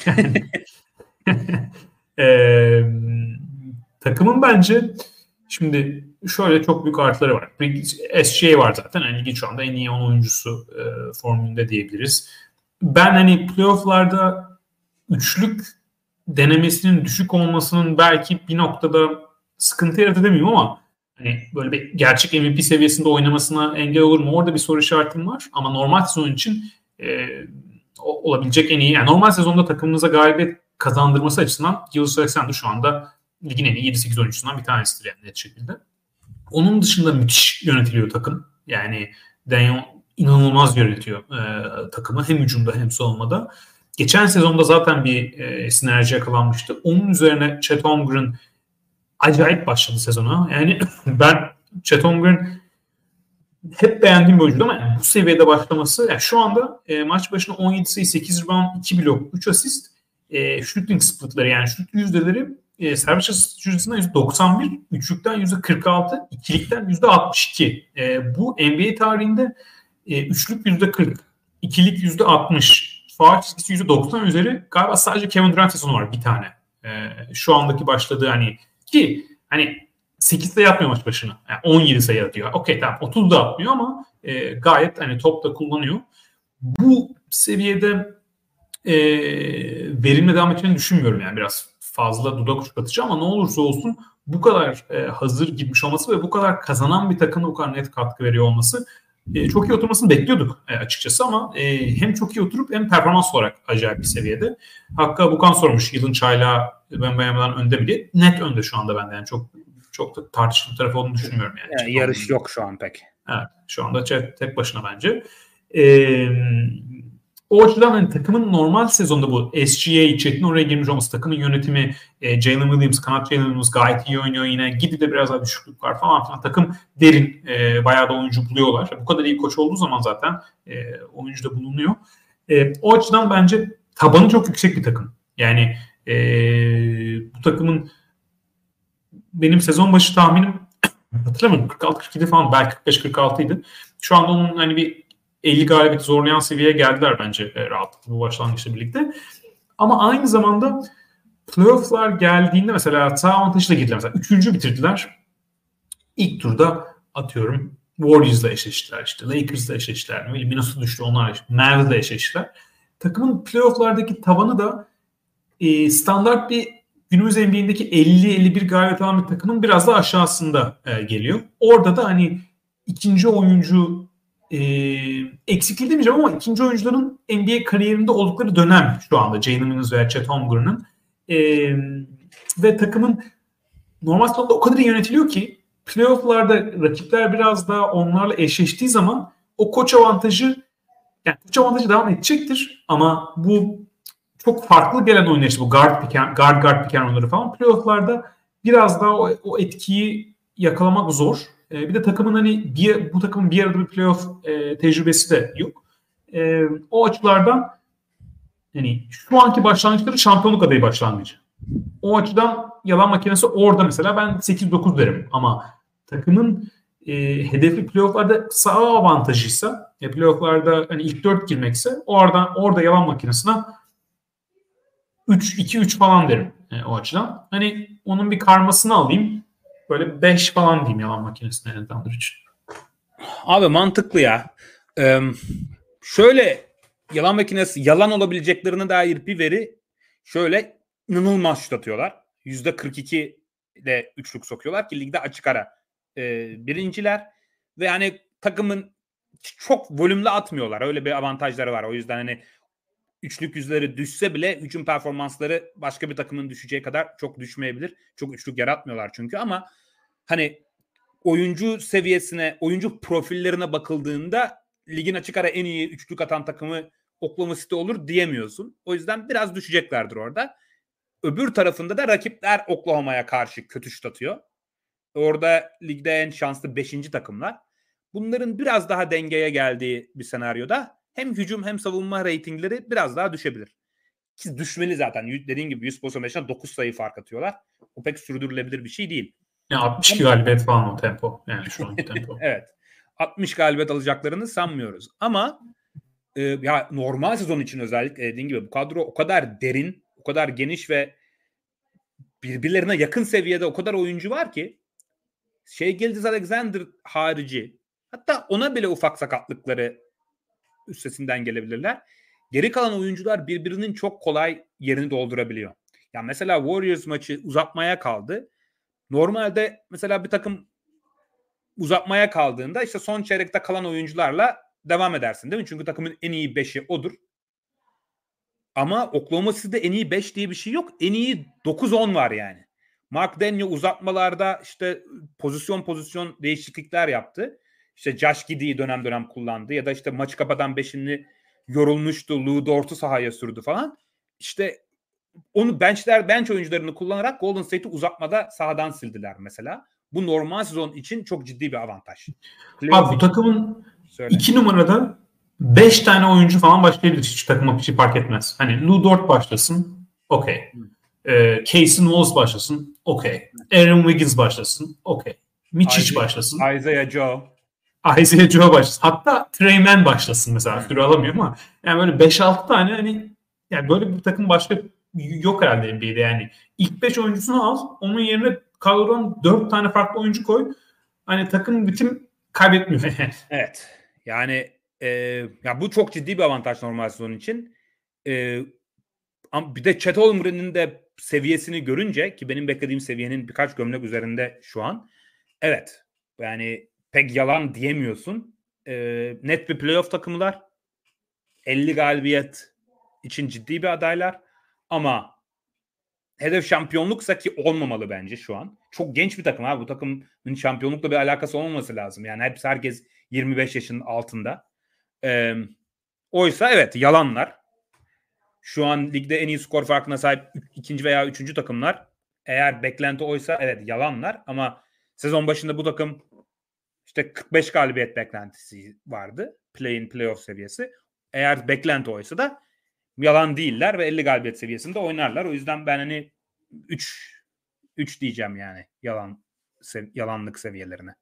Takımın bence şimdi şöyle çok büyük artıları var. SGA var zaten. Yani ligin şu anda en iyi 10 oyuncusu formülünde diyebiliriz. Ben hani playoff'larda üçlük denemesinin düşük olmasının belki bir noktada sıkıntı yaratır demeyeyim ama hani böyle bir gerçek MVP seviyesinde oynamasına engel olur mu? Orada bir soru işaretim var. Ama normal sezon için olabilecek en iyi. Yani normal sezonda takımınıza galibiyet kazandırması açısından Gilgeous Alexander şu anda ligin en iyi 7-8 oyuncusundan bir tanesidir yani net şekilde. Onun dışında müthiş yönetiliyor takım. Yani Daniel inanılmaz yönetiyor takımı. Hem hücumda hem savunmada. Geçen sezonda zaten bir sinerji yakalanmıştı. Onun üzerine Chet Holmgren acayip başladı sezona. Yani ben Chet Holmgren hep beğendiğim bir oyuncu ama yani bu seviyede başlaması yani şu anda maç başına 17 sayı, 8 rebound, 2 blok, 3 asist, shooting splitleri yani şut yüzdeleri serbest yüzdesinden %91, üçlükten %46, ikilikten %62. Bu NBA tarihinde üçlük %40, ikilik %60, faul çizgisi %90 üzeri galiba sadece Kevin Durant sezonu var bir tane. Şu andaki başladığı hani ki hani 8'de yapmıyor maç başına. Yani 17 sayı atıyor. Okey tamam 30 da atmıyor ama gayet hani top da kullanıyor. Bu seviyede verimle devam edeceğini düşünmüyorum yani biraz fazla dudak uçlatıcı ama ne olursa olsun bu kadar hazır gitmiş olması ve bu kadar kazanan bir takımda bu kadar net katkı veriyor olması çok iyi oturmasını bekliyorduk açıkçası ama hem çok iyi oturup hem performans olarak acayip bir seviyede. Hakkı Abukan sormuş yılın çaylağı ben beğenmeden önde mi diye. Net önde şu anda bende yani çok da tartışılı tarafı olduğunu düşünmüyorum yani. Yarış yok şu an pek. Evet şu anda tek başına bence. O açıdan hani takımın normal sezonda bu SGA, Chet'in oraya girmiş olması, takımın yönetimi, Jalen Williams, kanat Jalen Williams gayet iyi oynuyor yine. Gidide biraz daha düşüklük var falan filan. Takım derin, bayağı da oyuncu buluyorlar. Bu kadar iyi koç olduğu zaman zaten oyuncu da bulunuyor. O açıdan bence tabanı çok yüksek bir takım. Yani bu takımın benim sezon başı tahminim hatırlamıyorum 46-47 falan belki 45-46 idi. Şu anda onun hani bir 50 galibiyeti zorlayan seviyeye geldiler bence rahatlıkla bu başlangıçla birlikte. Ama aynı zamanda playoff'lar geldiğinde mesela sağ avantajıyla girdiler. Mesela 3. bitirdiler. İlk turda atıyorum Warriors'la eşleştiler. İşte Lakers'la eşleştiler. Minnesota düştü onlar. Mavs'la eşleştiler. Takımın playoff'lardaki tavanı da standart bir günümüz NBA'deki 50-51 galibiyet alan bir takımın biraz da aşağısında geliyor. Orada da hani ikinci oyuncu eksikliği demeyeceğim ama ikinci oyuncuların NBA kariyerinde oldukları dönem şu anda Jalen Williams veya Chet Holmgren'ın ve takımın normal sezonda o kadar iyi yönetiliyor ki playoff'larda rakipler biraz daha onlarla eşleştiği zaman o koç avantajı devam edecektir ama bu çok farklı gelen oyunlar işte bu guard pick and roll'ları falan playoff'larda biraz daha o etkiyi yakalamak zor. Bir de takımın hani bu takımın bir arada bir playoff tecrübesi de yok. O açılardan hani şu anki başlangıçları şampiyonluk adayı başlangıcı. O açıdan yalan makinesi orada mesela ben 8-9 derim ama takımın hedefi playoff'larda sağ avantajıysa playoff'larda hani ilk 4 girmekse orada yalan makinesine 2-3 falan derim o açıdan. Hani onun bir karmasını alayım. Böyle 5 falan diyeyim yalan makinesine Thunder için. Abi mantıklı ya. Şöyle yalan makinesi yalan olabileceklerine dair bir veri şöyle inanılmaz şut atıyorlar. %42 ile üçlük sokuyorlar ki ligde açık ara birinciler ve hani takımın çok volümlü atmıyorlar. Öyle bir avantajları var. O yüzden hani üçlük yüzleri düşse bile hücum performansları başka bir takımın düşeceği kadar çok düşmeyebilir. Çok üçlük yaratmıyorlar çünkü ama hani oyuncu seviyesine, oyuncu profillerine bakıldığında ligin açık ara en iyi üçlük atan takımı Oklahoma City olur diyemiyorsun. O yüzden biraz düşeceklerdir orada. Öbür tarafında da rakipler Oklahoma'ya karşı kötü şut atıyor. Orada ligde en şanslı 5. takımlar. Bunların biraz daha dengeye geldiği bir senaryoda hem hücum hem savunma reytingleri biraz daha düşebilir. Ki düşmeli zaten. Dediğin gibi 100 pozisyon başına 9 sayı fark atıyorlar. O pek sürdürülebilir bir şey değil. Yani 62 galibiyet falan o tempo. Yani şu anki tempo. Evet. 60 galibiyet alacaklarını sanmıyoruz. Ama ya normal sezon için özellikle dediğin gibi bu kadro o kadar derin, o kadar geniş ve birbirlerine yakın seviyede o kadar oyuncu var ki Gilgeous-Alexander harici hatta ona bile ufak sakatlıkları üstesinden gelebilirler. Geri kalan oyuncular birbirinin çok kolay yerini doldurabiliyor. Yani mesela Warriors maçı uzatmaya kaldı. Normalde mesela bir takım uzatmaya kaldığında işte son çeyrekte kalan oyuncularla devam edersin değil mi? Çünkü takımın en iyi 5'i odur. Ama Oklahoma City'de en iyi 5 diye bir şey yok. En iyi 9-10 var yani. Mark Daniel uzatmalarda işte pozisyon değişiklikler yaptı. İşte Josh Giddey'i dönem dönem kullandı. Ya da işte maçı kapatan 5'ini yorulmuştu. Lou Dort'u sahaya sürdü falan. İşte onu bench oyuncularını kullanarak Golden State'i uzatmada sahadan sildiler mesela. Bu normal sezon için çok ciddi bir avantaj. Abi bu takımın 2 numarada 5 tane oyuncu falan başlayabilir. Hiç takıma bir şey fark etmez. Hani Lou Dort başlasın. Okey. Casey Knowles başlasın. Okey. Aaron Wiggins başlasın. Okey. Mitchell başlasın. Isaiah Joe başlasın. Hatta Trey Mann başlasın mesela. Süre alamıyor ama yani böyle 5-6 tane hani yani böyle bir takım başka yok herhalde NBA'de yani. İlk 5 oyuncusunu al. Onun yerine kadrodan 4 tane farklı oyuncu koy. Hani takım bütün kaybetmiyor. Evet. Yani ya bu çok ciddi bir avantaj normal sezon için. Ama bir de Chet Holmgren'in de seviyesini görünce ki benim beklediğim seviyenin birkaç gömlek üzerinde şu an. Evet. Yani pek yalan diyemiyorsun. Net bir playoff takımlar. 50 galibiyet için ciddi bir adaylar. Ama hedef şampiyonluksa ki olmamalı bence şu an. Çok genç bir takım abi. Bu takımın şampiyonlukla bir alakası olmaması lazım. Yani herkes 25 yaşının altında. Oysa evet yalanlar. Şu an ligde en iyi skor farkına sahip ikinci veya üçüncü takımlar. Eğer beklenti oysa evet yalanlar. Ama sezon başında bu takım işte 45 galibiyet beklentisi vardı. Playoff seviyesi. Eğer beklenti oysa da yalan değiller ve 50 galibiyet seviyesinde oynarlar. O yüzden ben hani 3 diyeceğim yani yalanlık seviyelerine.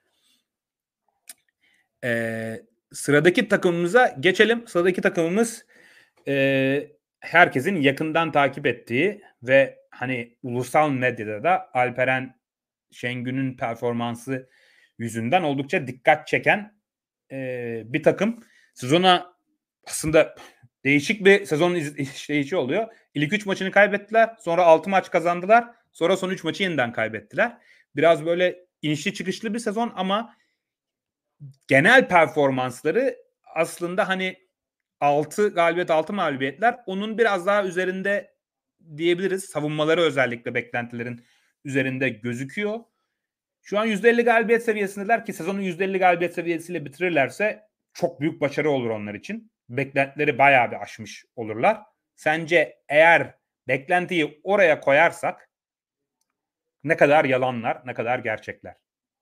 Sıradaki takımımıza geçelim. Sıradaki takımımız herkesin yakından takip ettiği ve hani ulusal medyada da Alperen Şengün'ün performansı yüzünden oldukça dikkat çeken bir takım. Sezona aslında değişik bir sezon işleyişi oluyor. İlk 3 maçını kaybettiler. Sonra 6 maç kazandılar. Sonra son 3 maçı yeniden kaybettiler. Biraz böyle inişli çıkışlı bir sezon ama genel performansları aslında hani 6 galibiyet 6 mağlubiyetler onun biraz daha üzerinde diyebiliriz. Savunmaları özellikle beklentilerin üzerinde gözüküyor. Şu an %50 galibiyet seviyesindeler ki sezonu %50 galibiyet seviyesiyle bitirirlerse çok büyük başarı olur onlar için. Beklentileri bayağı bir aşmış olurlar. Sence eğer beklentiyi oraya koyarsak ne kadar yalanlar, ne kadar gerçekler?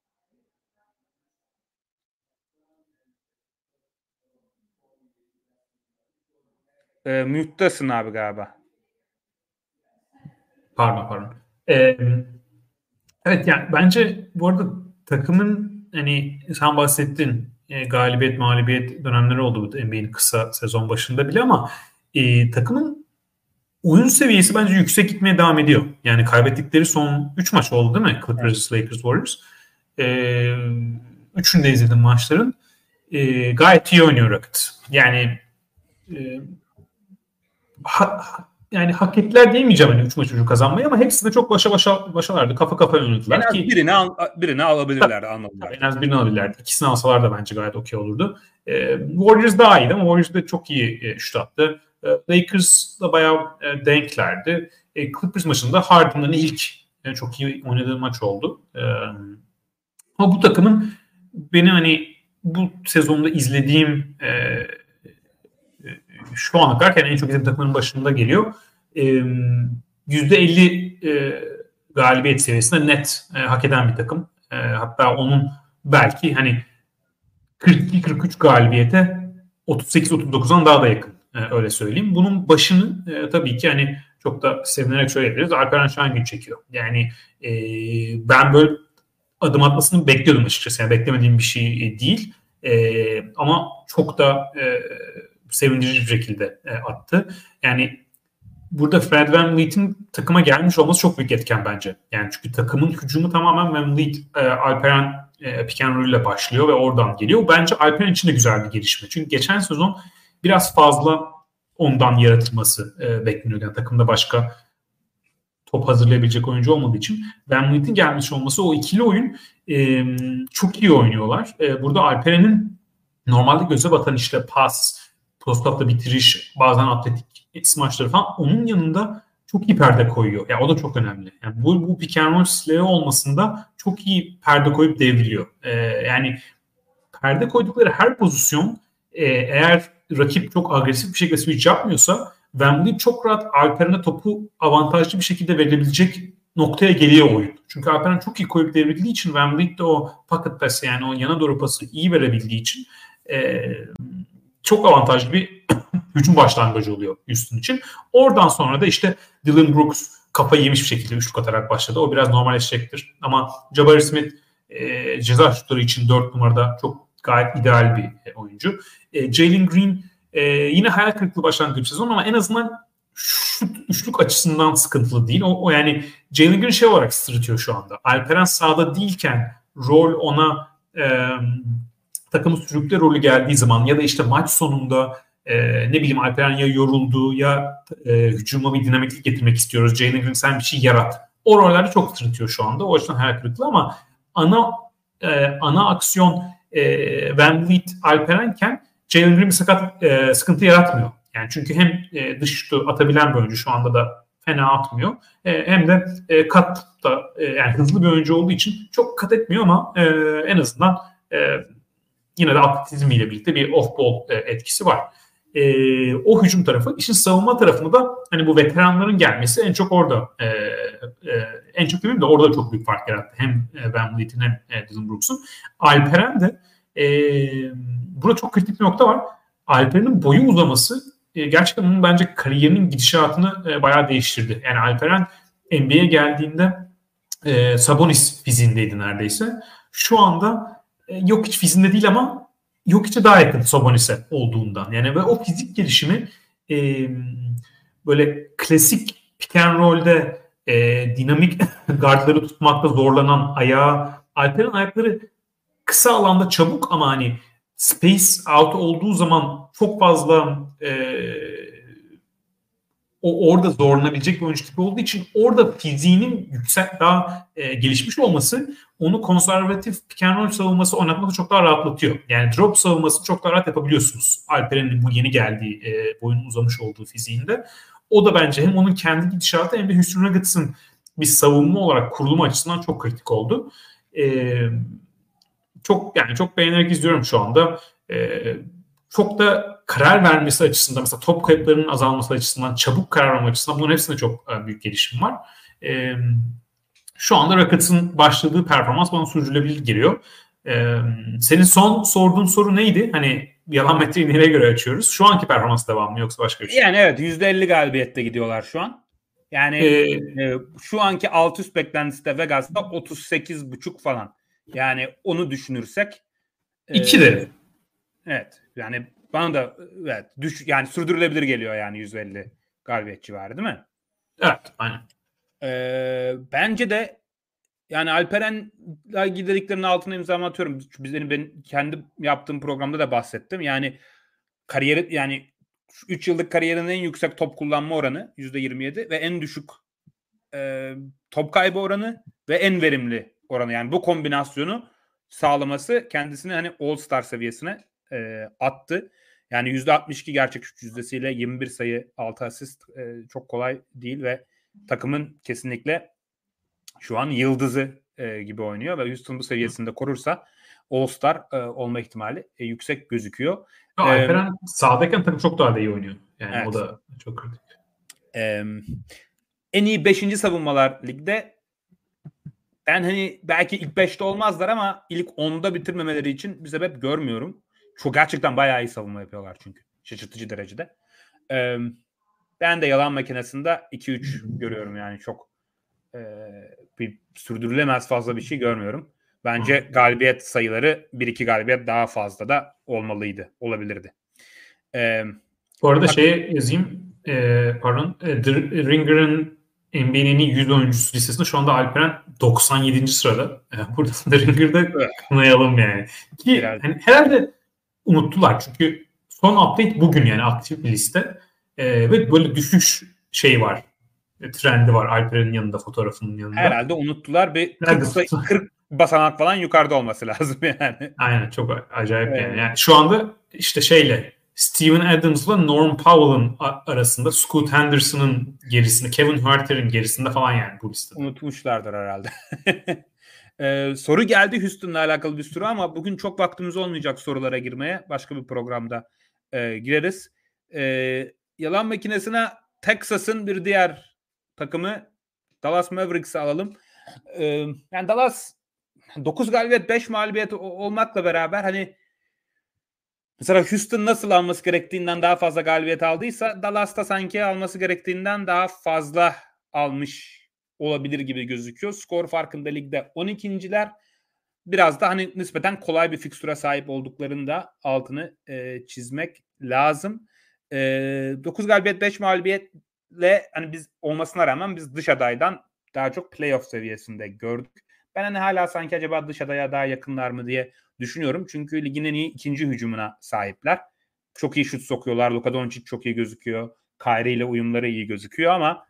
Mute'dasın abi galiba. Pardon. Evet yani bence bu arada takımın hani sen bahsettin galibiyet mağlubiyet dönemleri oldu NBA'nin kısa sezon başında bile ama takımın oyun seviyesi bence yüksek gitmeye devam ediyor. Yani kaybettikleri son 3 maç oldu değil mi? Clippers, Lakers, Warriors. Üçünü de izledim maçların. Gayet iyi oynuyor Rockets. Yani yani hak ettiler diyemeyeceğim hani 3 maçı kazanmayı ama hepsinde çok başalardı. Kafa kafaya oynadılar. En az ki birini alabilirlerdi, anladılar. En az birini alabilirlerdi. İkisini alsalar da bence gayet okey olurdu. Warriors daha iyiydi ama Warriors da çok iyi şut attı. Lakers da bayağı denklerdi. Clippers maçında Harden'ın ilk çok iyi oynadığı maç oldu. Ama bu takımın benim hani bu sezonda izlediğim şu ana kadar en çok izlediğim takımların başında geliyor. %50 galibiyet seviyesinde net hak eden bir takım. Hatta onun belki hani 42-43 galibiyete 38-39'dan daha da yakın. Öyle söyleyeyim. Bunun başını tabii ki hani çok da sevinerek söyleyebiliriz. Alperen Şengün çekiyor. Yani ben böyle adım atmasını bekliyordum açıkçası. Yani beklemediğim bir şey değil. Ama çok da sevindirici bir şekilde attı. Yani burada Fred VanVleet'in takıma gelmiş olması çok büyük etken bence. Yani çünkü takımın hücumu tamamen VanVleet, Alperen pick and roll ile başlıyor ve oradan geliyor. Bence Alperen için de güzel bir gelişme. Çünkü geçen sezon biraz fazla ondan yaratılması bekleniyor. Yani takımda başka top hazırlayabilecek oyuncu olmadığı için VanVleet'in gelmiş olması, o ikili oyun çok iyi oynuyorlar. Burada Alperen'in normalde göze batan işte pas, post-up'ta bitiriş, bazen atletik smaçları falan onun yanında çok iyi perde koyuyor. Yani o da çok önemli. Yani bu pick and roll silahı olmasında çok iyi perde koyup devriliyor. Yani perde koydukları her pozisyon eğer rakip çok agresif bir şekilde switch yapmıyorsa VanVleet çok rahat Alperen'e topu avantajlı bir şekilde verilebilecek noktaya geliyor oyun. Çünkü Alperen çok iyi koyup devrildiği için VanVleet de o pocket pass'ı yani o yana doğru pası iyi verebildiği için çok avantajlı bir hücum başlangıcı oluyor Houston için. Oradan sonra da işte Dillon Brooks kafayı yemiş bir şekilde üçlük atarak başladı. O biraz normalleşecektir. Ama Jabari Smith ceza şutları için 4 numarada çok gayet ideal bir oyuncu. Jalen Green yine hayal kırıklığı başlangıcı bir sezon ama en azından üçlük açısından sıkıntılı değil. O yani Jalen Green şey olarak sırıtıyor şu anda. Alperen sahada değilken rol ona takımı sürükle rolü geldiği zaman ya da işte maç sonunda ne bileyim Alperen ya yoruldu ya hücuma bir dinamiklik getirmek istiyoruz. Jalen Green sen bir şey yarat. O rollerde çok sırıtıyor şu anda. O yüzden hayal kırıklığı ama ana aksiyon VanVleet Alperenken Jalen Green bir sıkıntı yaratmıyor. Yani çünkü hem dış şutu atabilen bir oyuncu şu anda da fena atmıyor. Hem de kat da yani hızlı bir oyuncu olduğu için çok kat etmiyor ama en azından yine de atletizmiyle birlikte bir off-ball etkisi var. O hücum tarafı. İşin savunma tarafında da hani bu veteranların gelmesi en çok orada en çok demeyeyim de orada çok büyük fark yarattı. Hem VanVleet'in hem Dillon Brooks'un. Alperen de burada çok kritik bir nokta var. Alperen'in boyu uzaması gerçekten onun bence kariyerinin gidişatını bayağı değiştirdi. Yani Alperen NBA'ye geldiğinde Sabonis fiziğindeydi neredeyse. Şu anda yok hiç fiziğinde değil ama yok içe daha yakın Sabonis'e olduğundan. Yani ve o fizik gelişimi böyle klasik pick and roll'de dinamik guardları tutmakta zorlanan Alperen ayakları kısa alanda çabuk ama hani space out olduğu zaman çok fazla orada zorlanabilecek bir oyuncu tipi olduğu için orada fiziğinin daha gelişmiş olması onu konservatif pick and roll savunması oynatması çok daha rahatlatıyor. Yani drop savunmasını çok daha rahat yapabiliyorsunuz. Alperen'in bu yeni geldiği boyunun uzamış olduğu fiziğinde. O da bence hem onun kendi gidişatı hem de Houston Nuggets'ın bir savunma olarak kurulumu açısından çok kritik oldu. Çok beğenerek izliyorum şu anda. Çok da karar vermesi açısından mesela top kayıplarının azalması açısından çabuk karar verme açısından bunların hepsinde çok büyük gelişim var. Şu anda Rockets'ın başladığı performans bana sürdürülebilir geliyor. Senin son sorduğun soru neydi? Hani yalan metreyi nereye göre açıyoruz? Şu anki performans devam mı yoksa başka bir şey? Yani evet %50 galibiyette gidiyorlar şu an. Yani şu anki alt üst beklentisi de Vegas'ta 38,5 falan. Yani onu düşünürsek 2 derim. Evet. Yani bana da evet yani sürdürülebilir geliyor yani %50 galibiyet civarı değil mi? Evet, aynen. Bence de yani Alperen'le giderliklerinin altına imza atıyorum. Ben kendi yaptığım programda da bahsettim. Yani kariyeri, yani 3 yıllık kariyerinin en yüksek top kullanma oranı %27 ve en düşük top kaybı oranı ve en verimli oranı. Yani bu kombinasyonu sağlaması kendisini hani All-Star seviyesine attı. Yani %62 gerçek şut yüzdesiyle 21 sayı 6 asist çok kolay değil ve takımın kesinlikle şu an yıldızı gibi oynuyor ve Houston bu seviyesinde korursa All-Star olma ihtimali yüksek gözüküyor. Alperen sahadayken takım çok daha da iyi oynuyor. Yani Evet. o da çok kritik. En iyi 5. savunmalar ligde. Ben hani belki ilk 5'te olmazlar ama ilk 10'da bitirmemeleri için bir sebep görmüyorum. Çok gerçekten bayağı iyi savunma yapıyorlar çünkü. Şaşırtıcı derecede. Ben de yalan makinesinde 2-3 görüyorum yani çok bir sürdürülemez fazla bir şey görmüyorum. Bence galibiyet sayıları 1-2 galibiyet daha fazla da olmalıydı. Olabilirdi. Bu arada şeye yazayım. The Ringer'ın NBA'nin 100 oyuncusu listesinde şu anda Alperen 97. sırada. Burada The Ringer'da kınayalım yani. Ki hani herhalde unuttular çünkü son update bugün yani aktif bir liste. Ve böyle düşüş şey var. Trendi var Alperen'in yanında, fotoğrafının yanında. Herhalde unuttular. Bir 40 basamak falan yukarıda olması lazım yani. Aynen, çok acayip yani. Yani şu anda işte Steven Adams'la Norm Powell'ın arasında, Scoot Henderson'ın gerisinde, Kevin Huerter'in gerisinde falan yani bu listede. Unutmuşlardır herhalde. Soru geldi Houston'la alakalı bir sürü ama bugün çok vaktimiz olmayacak sorulara girmeye. Başka bir programda gireriz. Yalan makinesine Texas'ın bir diğer takımı Dallas Mavericks'i alalım. Yani Dallas 9 galibiyet 5 mağlubiyet olmakla beraber hani mesela Houston nasıl alması gerektiğinden daha fazla galibiyet aldıysa Dallas da sanki alması gerektiğinden daha fazla almış olabilir gibi gözüküyor. Skor farkında ligde 12.'ler. Biraz da hani nispeten kolay bir fikstüre sahip olduklarını da altını çizmek lazım. 9 galibiyet 5 mağlubiyetle hani biz olmasına rağmen biz dış adaydan daha çok playoff seviyesinde gördük. Ben hani hala sanki acaba dış adaya daha yakınlar mı diye düşünüyorum. Çünkü ligin en iyi ikinci hücumuna sahipler. Çok iyi şut sokuyorlar. Luka Doncic çok iyi gözüküyor. Kyrie ile uyumları iyi gözüküyor ama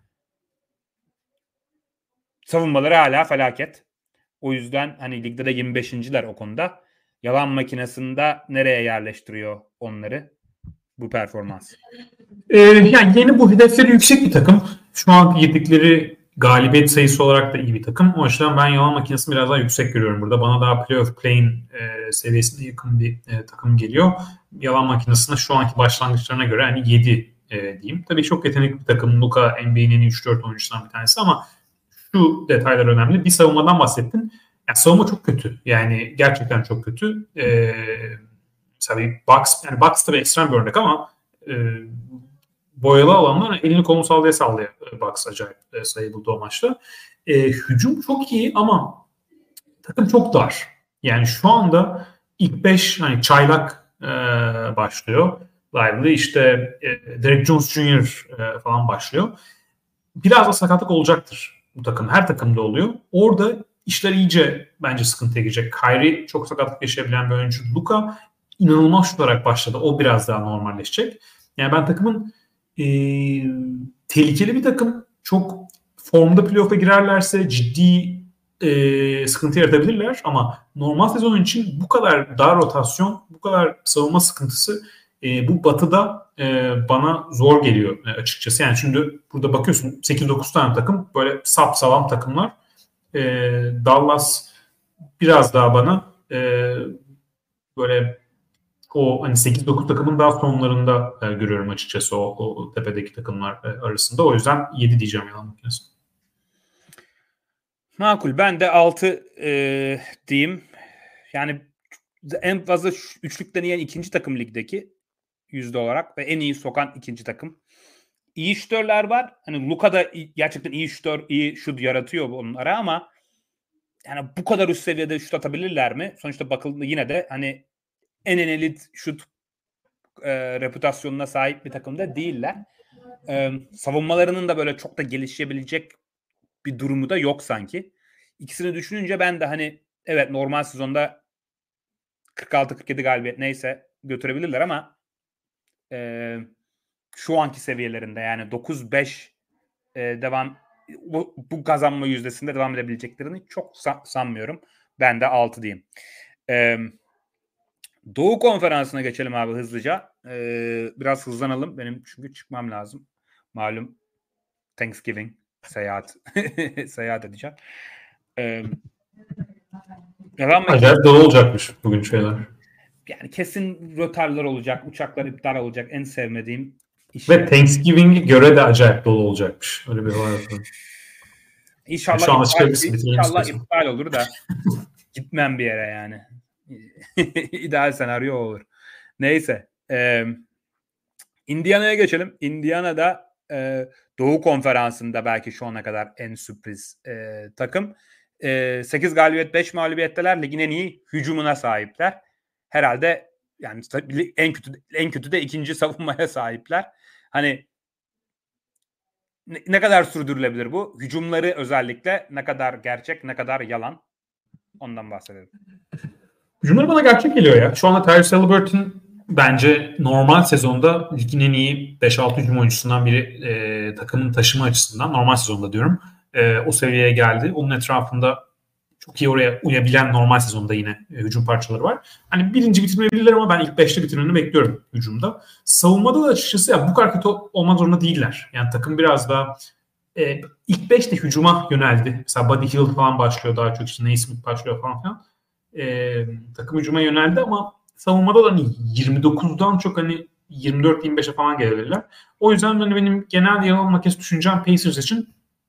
savunmaları hala felaket. O yüzden hani ligde de 25.'ler o konuda. Yalan makinesinde nereye yerleştiriyor onları bu performans? Yani yeni bu hedefleri yüksek bir takım. Şu an yedikleri galibiyet sayısı olarak da iyi bir takım. O yüzden ben yalan makinesini biraz daha yüksek görüyorum burada. Bana daha playoff play'in seviyesine yakın bir takım geliyor. Yalan makinesine şu anki başlangıçlarına göre hani 7 diyeyim. Tabii çok yetenekli bir takım. Luka NBA'nin en iyi 3-4 oyuncusundan bir tanesi ama şu detaylar önemli. Bir savunmadan bahsettin. Yani savunma çok kötü. Yani gerçekten çok kötü. Mesela bir Bucks tabii ekstrem bir örnek ama boyalı alanlar elini kolunu sallaya Bucks acayip sayı buldu o maçta. Hücum çok iyi ama takım çok dar. Yani şu anda ilk 5 hani çaylak başlıyor. Lively işte Derek Jones Jr. Falan başlıyor. Biraz da sakatlık olacaktır bu takım. Her takımda oluyor. Orada işler iyice bence sıkıntıya girecek. Kyrie çok sakatlık yaşayabilen bir oyuncu. Luka inanılmaz şutarak başladı. O biraz daha normalleşecek. Yani ben takımın tehlikeli bir takım. Çok formda playoff'a girerlerse ciddi sıkıntı yaratabilirler. Ama normal sezon için bu kadar dar rotasyon, bu kadar savunma sıkıntısı bu batıda bana zor geliyor açıkçası. Yani şimdi burada bakıyorsun 8-9 tane takım böyle sapsağlam takımlar. Dallas biraz daha bana böyle o hani 8-9 takımın daha sonlarında görüyorum açıkçası o tepedeki takımlar arasında. O yüzden 7 diyeceğim yalan makinesi. Makul. Ben de 6 diyeyim. Yani en fazla üçlükten yiyen ikinci takım ligdeki yüzde olarak ve en iyi sokan ikinci takım. İyi şutörler var. Hani Luka da gerçekten iyi şutör, iyi şut yaratıyor onlara ama yani bu kadar üst seviyede şut atabilirler mi? Sonuçta bakıldığında yine de hani en elit şut reputasyonuna sahip bir takımda değiller. savunmalarının da böyle çok da gelişebilecek bir durumu da yok sanki. İkisini düşününce ben de hani evet normal sezonda 46-47 galibiyet neyse götürebilirler ama şu anki seviyelerinde yani 9-5 devam bu kazanma yüzdesinde devam edebileceklerini çok sanmıyorum. Ben de 6 diyeyim. Doğu Konferansı'na geçelim abi hızlıca. Biraz hızlanalım. Benim çünkü çıkmam lazım. Malum Thanksgiving seyahat seyahat edeceğim. Acayip dolu olacakmış bugün şeyler. Yani kesin rötarlar olacak, uçaklar iptal olacak. En sevmediğim iş. Ve Thanksgiving'e göre de acayip dolu olacakmış. Öyle bir hava yapalım. İnşallah iptal olur da gitmem bir yere yani. İdeal senaryo olur. Neyse. Indiana'ya geçelim. Indiana'da Doğu Konferansı'nda belki şu ana kadar en sürpriz takım. 8 galibiyet 5 mağlubiyetteler. Ligin en iyi hücumuna sahipler. Herhalde yani en kötü de ikinci savunmaya sahipler. Hani ne kadar sürdürülebilir bu? Hücumları özellikle ne kadar gerçek, ne kadar yalan? Ondan bahsedelim. Hücumları bana gerçek geliyor ya. Şu anda Tyrese Haliburton bence normal sezonda ligin en iyi 5-6 hücum oyuncusundan biri, takımın taşıma açısından normal sezonda diyorum. O seviyeye geldi. Onun etrafında çok iyi oraya uyabilen normal sezonda yine hücum parçaları var. Hani birinci bitirmeyebilirler ama ben ilk 5'te bitirmeni bekliyorum hücumda. Savunmada da açıkçası ya bu kadar kötü olmak zorunda değiller. Yani takım biraz daha ilk 5'te hücuma yöneldi. Mesela Buddy Hield falan başlıyor daha çok. İşte Naismith başlıyor falan filan. Takım hücuma yöneldi ama savunmada da hani 29'dan çok hani 24-25'e falan gelebilirler. O yüzden hani benim genel yanılma kez düşüncem Pacers için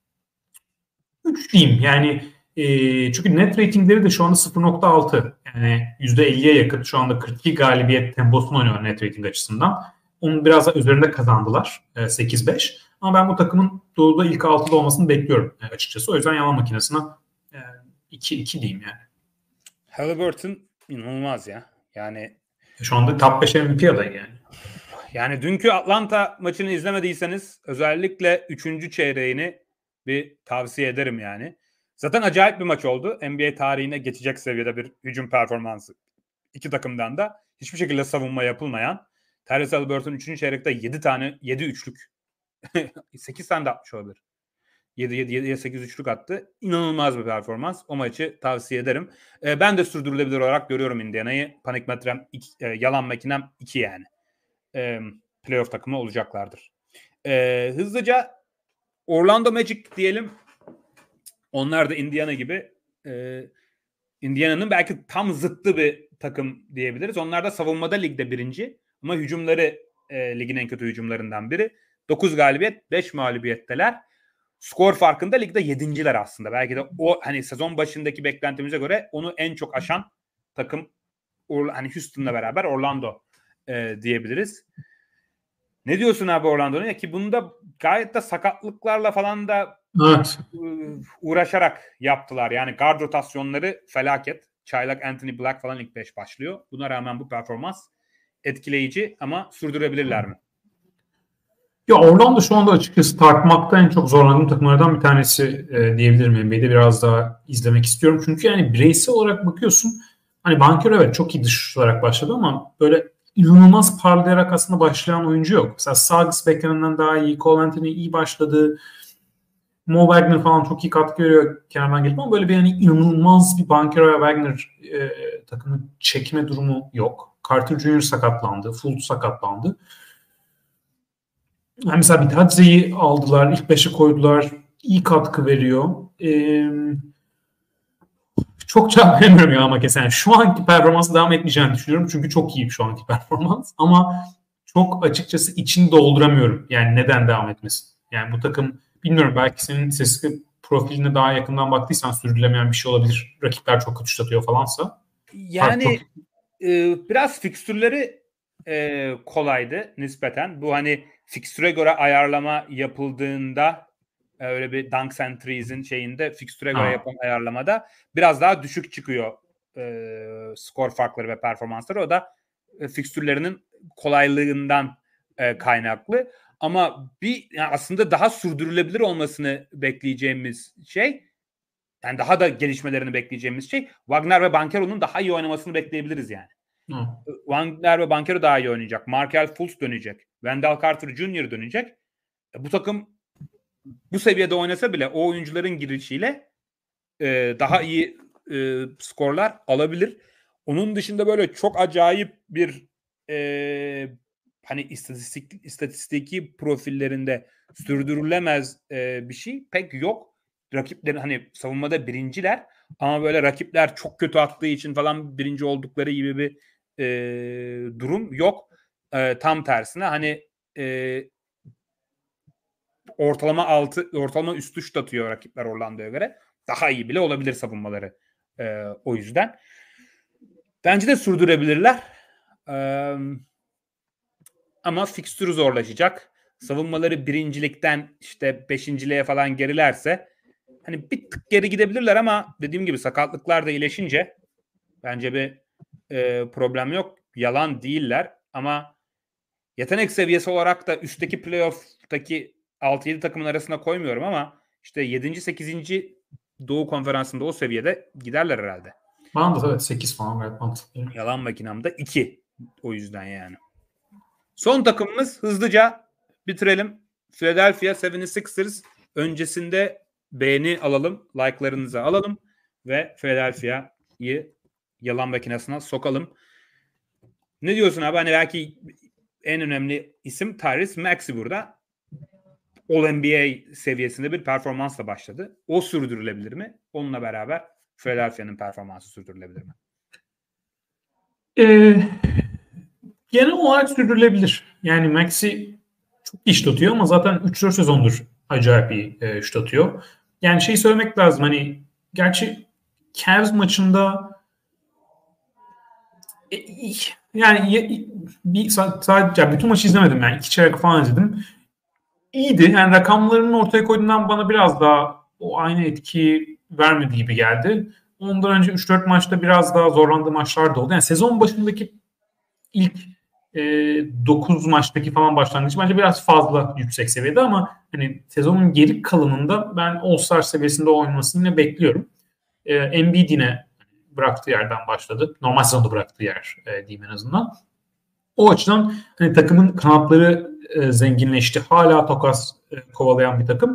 3 diyeyim. Yani çünkü net ratingleri de şu anda 0.6. Yani %50'ye yakın. Şu anda 42 galibiyet temposunu oynuyor net rating açısından. Onun biraz da üzerinde kazandılar. 8-5. Ama ben bu takımın Doğu'da ilk 6'da olmasını bekliyorum açıkçası. O yüzden yalan makinesine 2 diyeyim yani. Haliburton inanılmaz ya. Yani şu anda top 5 MVP adayı yani. Yani dünkü Atlanta maçını izlemediyseniz özellikle 3. çeyreğini bir tavsiye ederim yani. Zaten acayip bir maç oldu. NBA tarihine geçecek seviyede bir hücum performansı. İki takımdan da hiçbir şekilde savunma yapılmayan. Tyrese Haliburton 3. çeyrekte 7 üçlük. 8 tane de atmış olabilir. 7'ye 8 üçlük attı. İnanılmaz bir performans. O maçı tavsiye ederim. Ben de sürdürülebilir olarak görüyorum Indiana'yı. Panik metrem yalan makinem 2 yani. Playoff takımı olacaklardır. Hızlıca Orlando Magic diyelim. Onlar da Indiana gibi Indiana'nın belki tam zıttı bir takım diyebiliriz. Onlar da savunmada ligde birinci ama hücumları ligin en kötü hücumlarından biri. 9 galibiyet 5 mağlubiyetteler. Skor farkında ligde 7.'ler aslında. Belki de o hani sezon başındaki beklentimize göre onu en çok aşan takım hani Houston'la beraber Orlando diyebiliriz. Ne diyorsun abi Orlando'ya ki bunu da gayet de sakatlıklarla falan da evet, uğraşarak yaptılar. Yani guard rotasyonları felaket. Çaylak Anthony Black falan ilk 5 başlıyor. Buna rağmen bu performans etkileyici ama sürdürebilirler mi? Ya Orlando şu anda açıkçası tartmakta en çok zorlandığım takımlardan bir tanesi diyebilirim. NBA'de biraz daha izlemek istiyorum. Çünkü yani bireysel olarak bakıyorsun hani Banchero evet çok iyi dış olarak başladı ama böyle inanılmaz parlayarak aslında başlayan oyuncu yok. Mesela Suggs beklenenden daha iyi. Cole Anthony iyi başladı. Mo Wagner falan çok iyi katkı veriyor kenardan gelip ama böyle bir yani inanılmaz bir Banchero ve Wagner takımı çekme durumu yok. Carter Jr. sakatlandı. Fultz sakatlandı. Yani mesela Bitadze'yi aldılar. İlk 5'e koydular. İyi katkı veriyor. Çok cevap vermiyorum ya ama kesen. Şu anki performansı devam etmeyeceğini düşünüyorum. Çünkü çok iyi şu anki performans. Ama çok açıkçası içini dolduramıyorum. Yani neden devam etmesin? Yani bu takım bilmiyorum belki senin istatistik profiline daha yakından baktıysan sürdürülemeyen bir şey olabilir. Rakipler çok kötü şut atıyor falansa. Yani biraz fikstürleri kolaydı nispeten. Bu hani fikstüre göre ayarlama yapıldığında öyle bir Dunks and Threes'in şeyinde fikstüre göre yapılan ayarlamada biraz daha düşük çıkıyor skor farkları ve performansları. O da fikstürlerinin kolaylığından kaynaklı. Ama yani aslında daha sürdürülebilir olmasını bekleyeceğimiz şey, yani daha da gelişmelerini bekleyeceğimiz şey, Wagner ve Banchero'nun daha iyi oynamasını bekleyebiliriz yani. Wagner ve Banchero daha iyi oynayacak. Markelle Fultz dönecek. Wendell Carter Jr. dönecek. Bu takım bu seviyede oynasa bile o oyuncuların girişiyle daha iyi skorlar alabilir. Onun dışında böyle çok acayip bir hani istatistiki profillerinde sürdürülemez bir şey pek yok. Rakiplerin hani savunmada birinciler ama böyle rakipler çok kötü attığı için falan birinci oldukları gibi bir durum yok. Tam tersine hani ortalama üstü şut atıyor rakipler Orlando'ya göre. Daha iyi bile olabilir savunmaları. O yüzden. Bence de sürdürebilirler. Ama fikstürü zorlaşacak. Savunmaları birincilikten işte beşinciliğe falan gerilerse hani bir tık geri gidebilirler ama dediğim gibi sakatlıklar da iyileşince bence bir problem yok. Yalan değiller ama yetenek seviyesi olarak da üstteki playoff'taki 6-7 takımın arasına koymuyorum ama işte 7. 8. Doğu Konferansı'nda o seviyede giderler herhalde. Bana da evet 8 falan gayet mantıklı. Yalan makinamda 2. O yüzden yani. Son takımımız hızlıca bitirelim. Philadelphia 76ers. Öncesinde beğeni alalım. Like'larınızı alalım. Ve Philadelphia'yı yalan makinesine sokalım. Ne diyorsun abi? Hani belki en önemli isim Tyrese Maxey burada. All-NBA seviyesinde bir performansla başladı. O sürdürülebilir mi? Onunla beraber Philadelphia'nın performansı sürdürülebilir mi? Genel olarak sürdürülebilir. Yani Maxey çok iyi şut atıyor ama zaten 3-4 sezondur acayip iyi şut atıyor. Yani şey söylemek lazım, hani gerçi Cavs maçında yani sadece bütün maçı izlemedim, yani 2 çeyrek falan izledim. İyiydi. Yani rakamlarının ortaya koyduğundan bana biraz daha o aynı etkiyi vermediği gibi geldi. Ondan önce 3-4 maçta biraz daha zorlandığı maçlar da oldu. Yani sezon başındaki ilk 9 maçtaki falan başlangıç bence biraz fazla yüksek seviyede ama hani sezonun geri kalanında ben All-Star seviyesinde oynamasını yine bekliyorum. Embiid yine bıraktığı yerden başladı. Normal sezonda bıraktığı yer diyeyim en azından. O açıdan hani takımın kanatları zenginleşti. Hala takas kovalayan bir takım.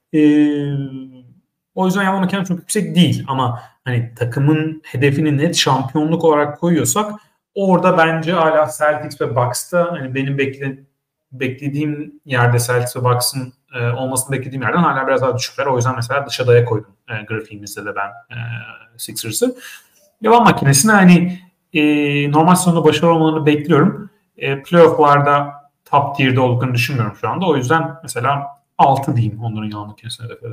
O yüzden yalan makinem çok yüksek değil ama hani takımın hedefini net şampiyonluk olarak koyuyorsak orada bence hala Celtics ve Bucks'ta hani benim beklediğim yerde Celtics ve Bucks'ın olmasını beklediğim yerden hala biraz daha düşükler. O yüzden mesela dış adaya koydum grafiğimizde de ben Sixers'ı. Yalan makinesine hani normal sezonda başarılı olmalarını bekliyorum. Playoff'larda top tier'de olduklarını düşünmüyorum şu anda. O yüzden mesela 6 diyeyim onların yalan makinesine de.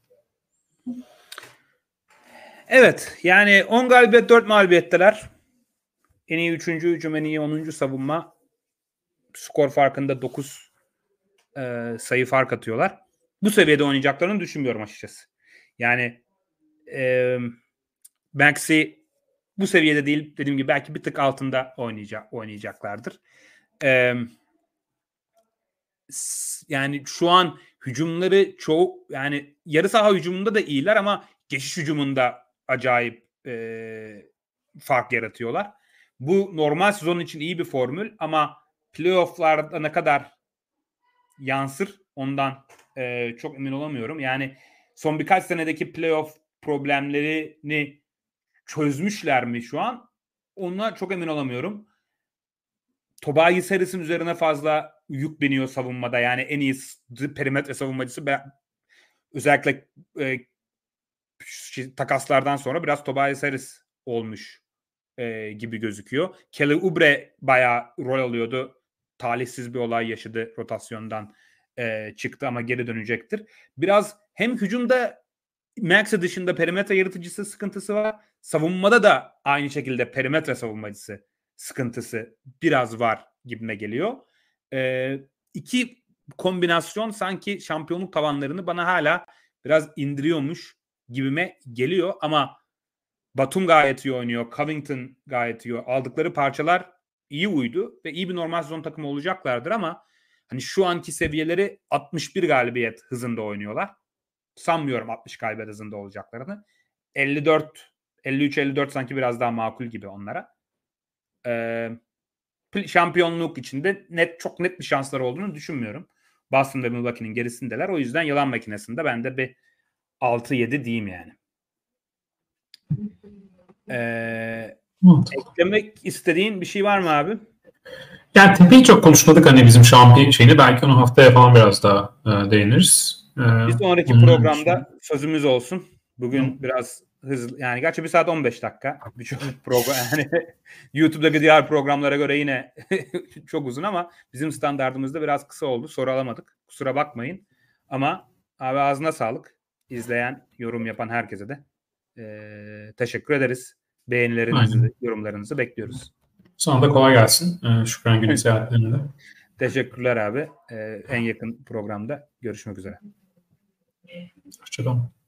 Evet. Yani 10 galibiyet 4 mağlubiyetteler. En iyi 3. hücum, en iyi 10. savunma. Skor farkında 9 sayı fark atıyorlar. Bu seviyede oynayacaklarını düşünmüyorum açıkçası. Yani Maxey bu seviyede değil. Dediğim gibi belki bir tık altında oynayacaklardır. Yani şu an hücumları çoğu, yani yarı saha hücumunda da iyiler ama geçiş hücumunda acayip fark yaratıyorlar. Bu normal sezon için iyi bir formül ama playoff'larda ne kadar yansır ondan çok emin olamıyorum. Yani son birkaç senedeki playoff problemlerini çözmüşler mi şu an? Ona çok emin olamıyorum. Tobias Harris'in üzerine fazla yük biniyor savunmada. Yani en iyi perimetre savunmacısı. Özellikle takaslardan sonra biraz Tobias Harris olmuş gibi gözüküyor. Kelly Oubre bayağı rol alıyordu. Talihsiz bir olay yaşadı. Rotasyondan çıktı ama geri dönecektir. Biraz hem hücumda Maxey dışında perimetre yaratıcısı sıkıntısı var. Savunmada da aynı şekilde perimetre savunmacısı sıkıntısı biraz var gibime geliyor. İki kombinasyon sanki şampiyonluk tavanlarını bana hala biraz indiriyormuş gibime geliyor ama Batum gayet iyi oynuyor. Covington gayet iyi. Aldıkları parçalar iyi uydu ve iyi bir normal sezon takımı olacaklardır ama Hani şu anki seviyeleri 61 galibiyet hızında oynuyorlar. Sanmıyorum 60 galibiyet hızında olacaklarını. 53-54 sanki biraz daha makul gibi onlara. Şampiyonluk içinde çok net bir şansları olduğunu düşünmüyorum. Boston ve Milwaukee'nin gerisindeler. O yüzden yalan makinesinde ben de bir 6-7 diyeyim yani. Eklemek istediğin bir şey var mı abi? Yani tepeyi çok konuşmadık hani bizim şampiyon şeyini. Belki onu haftaya falan biraz daha değiniriz. Bir sonraki programda sözümüz olsun. Bugün biraz hızlı, yani gerçi 1 saat 15 dakika. Birçok program yani YouTube'daki diğer programlara göre yine çok uzun ama bizim standartımızda biraz kısa oldu. Soru alamadık. Kusura bakmayın. Ama abi ağzına sağlık. İzleyen, yorum yapan herkese de teşekkür ederiz. Beğenilerinizi, yorumlarınızı bekliyoruz. Sana da kolay gelsin. Şükran günü seyahatlerinde. Teşekkürler abi. En yakın programda görüşmek üzere. Hoşçakalın.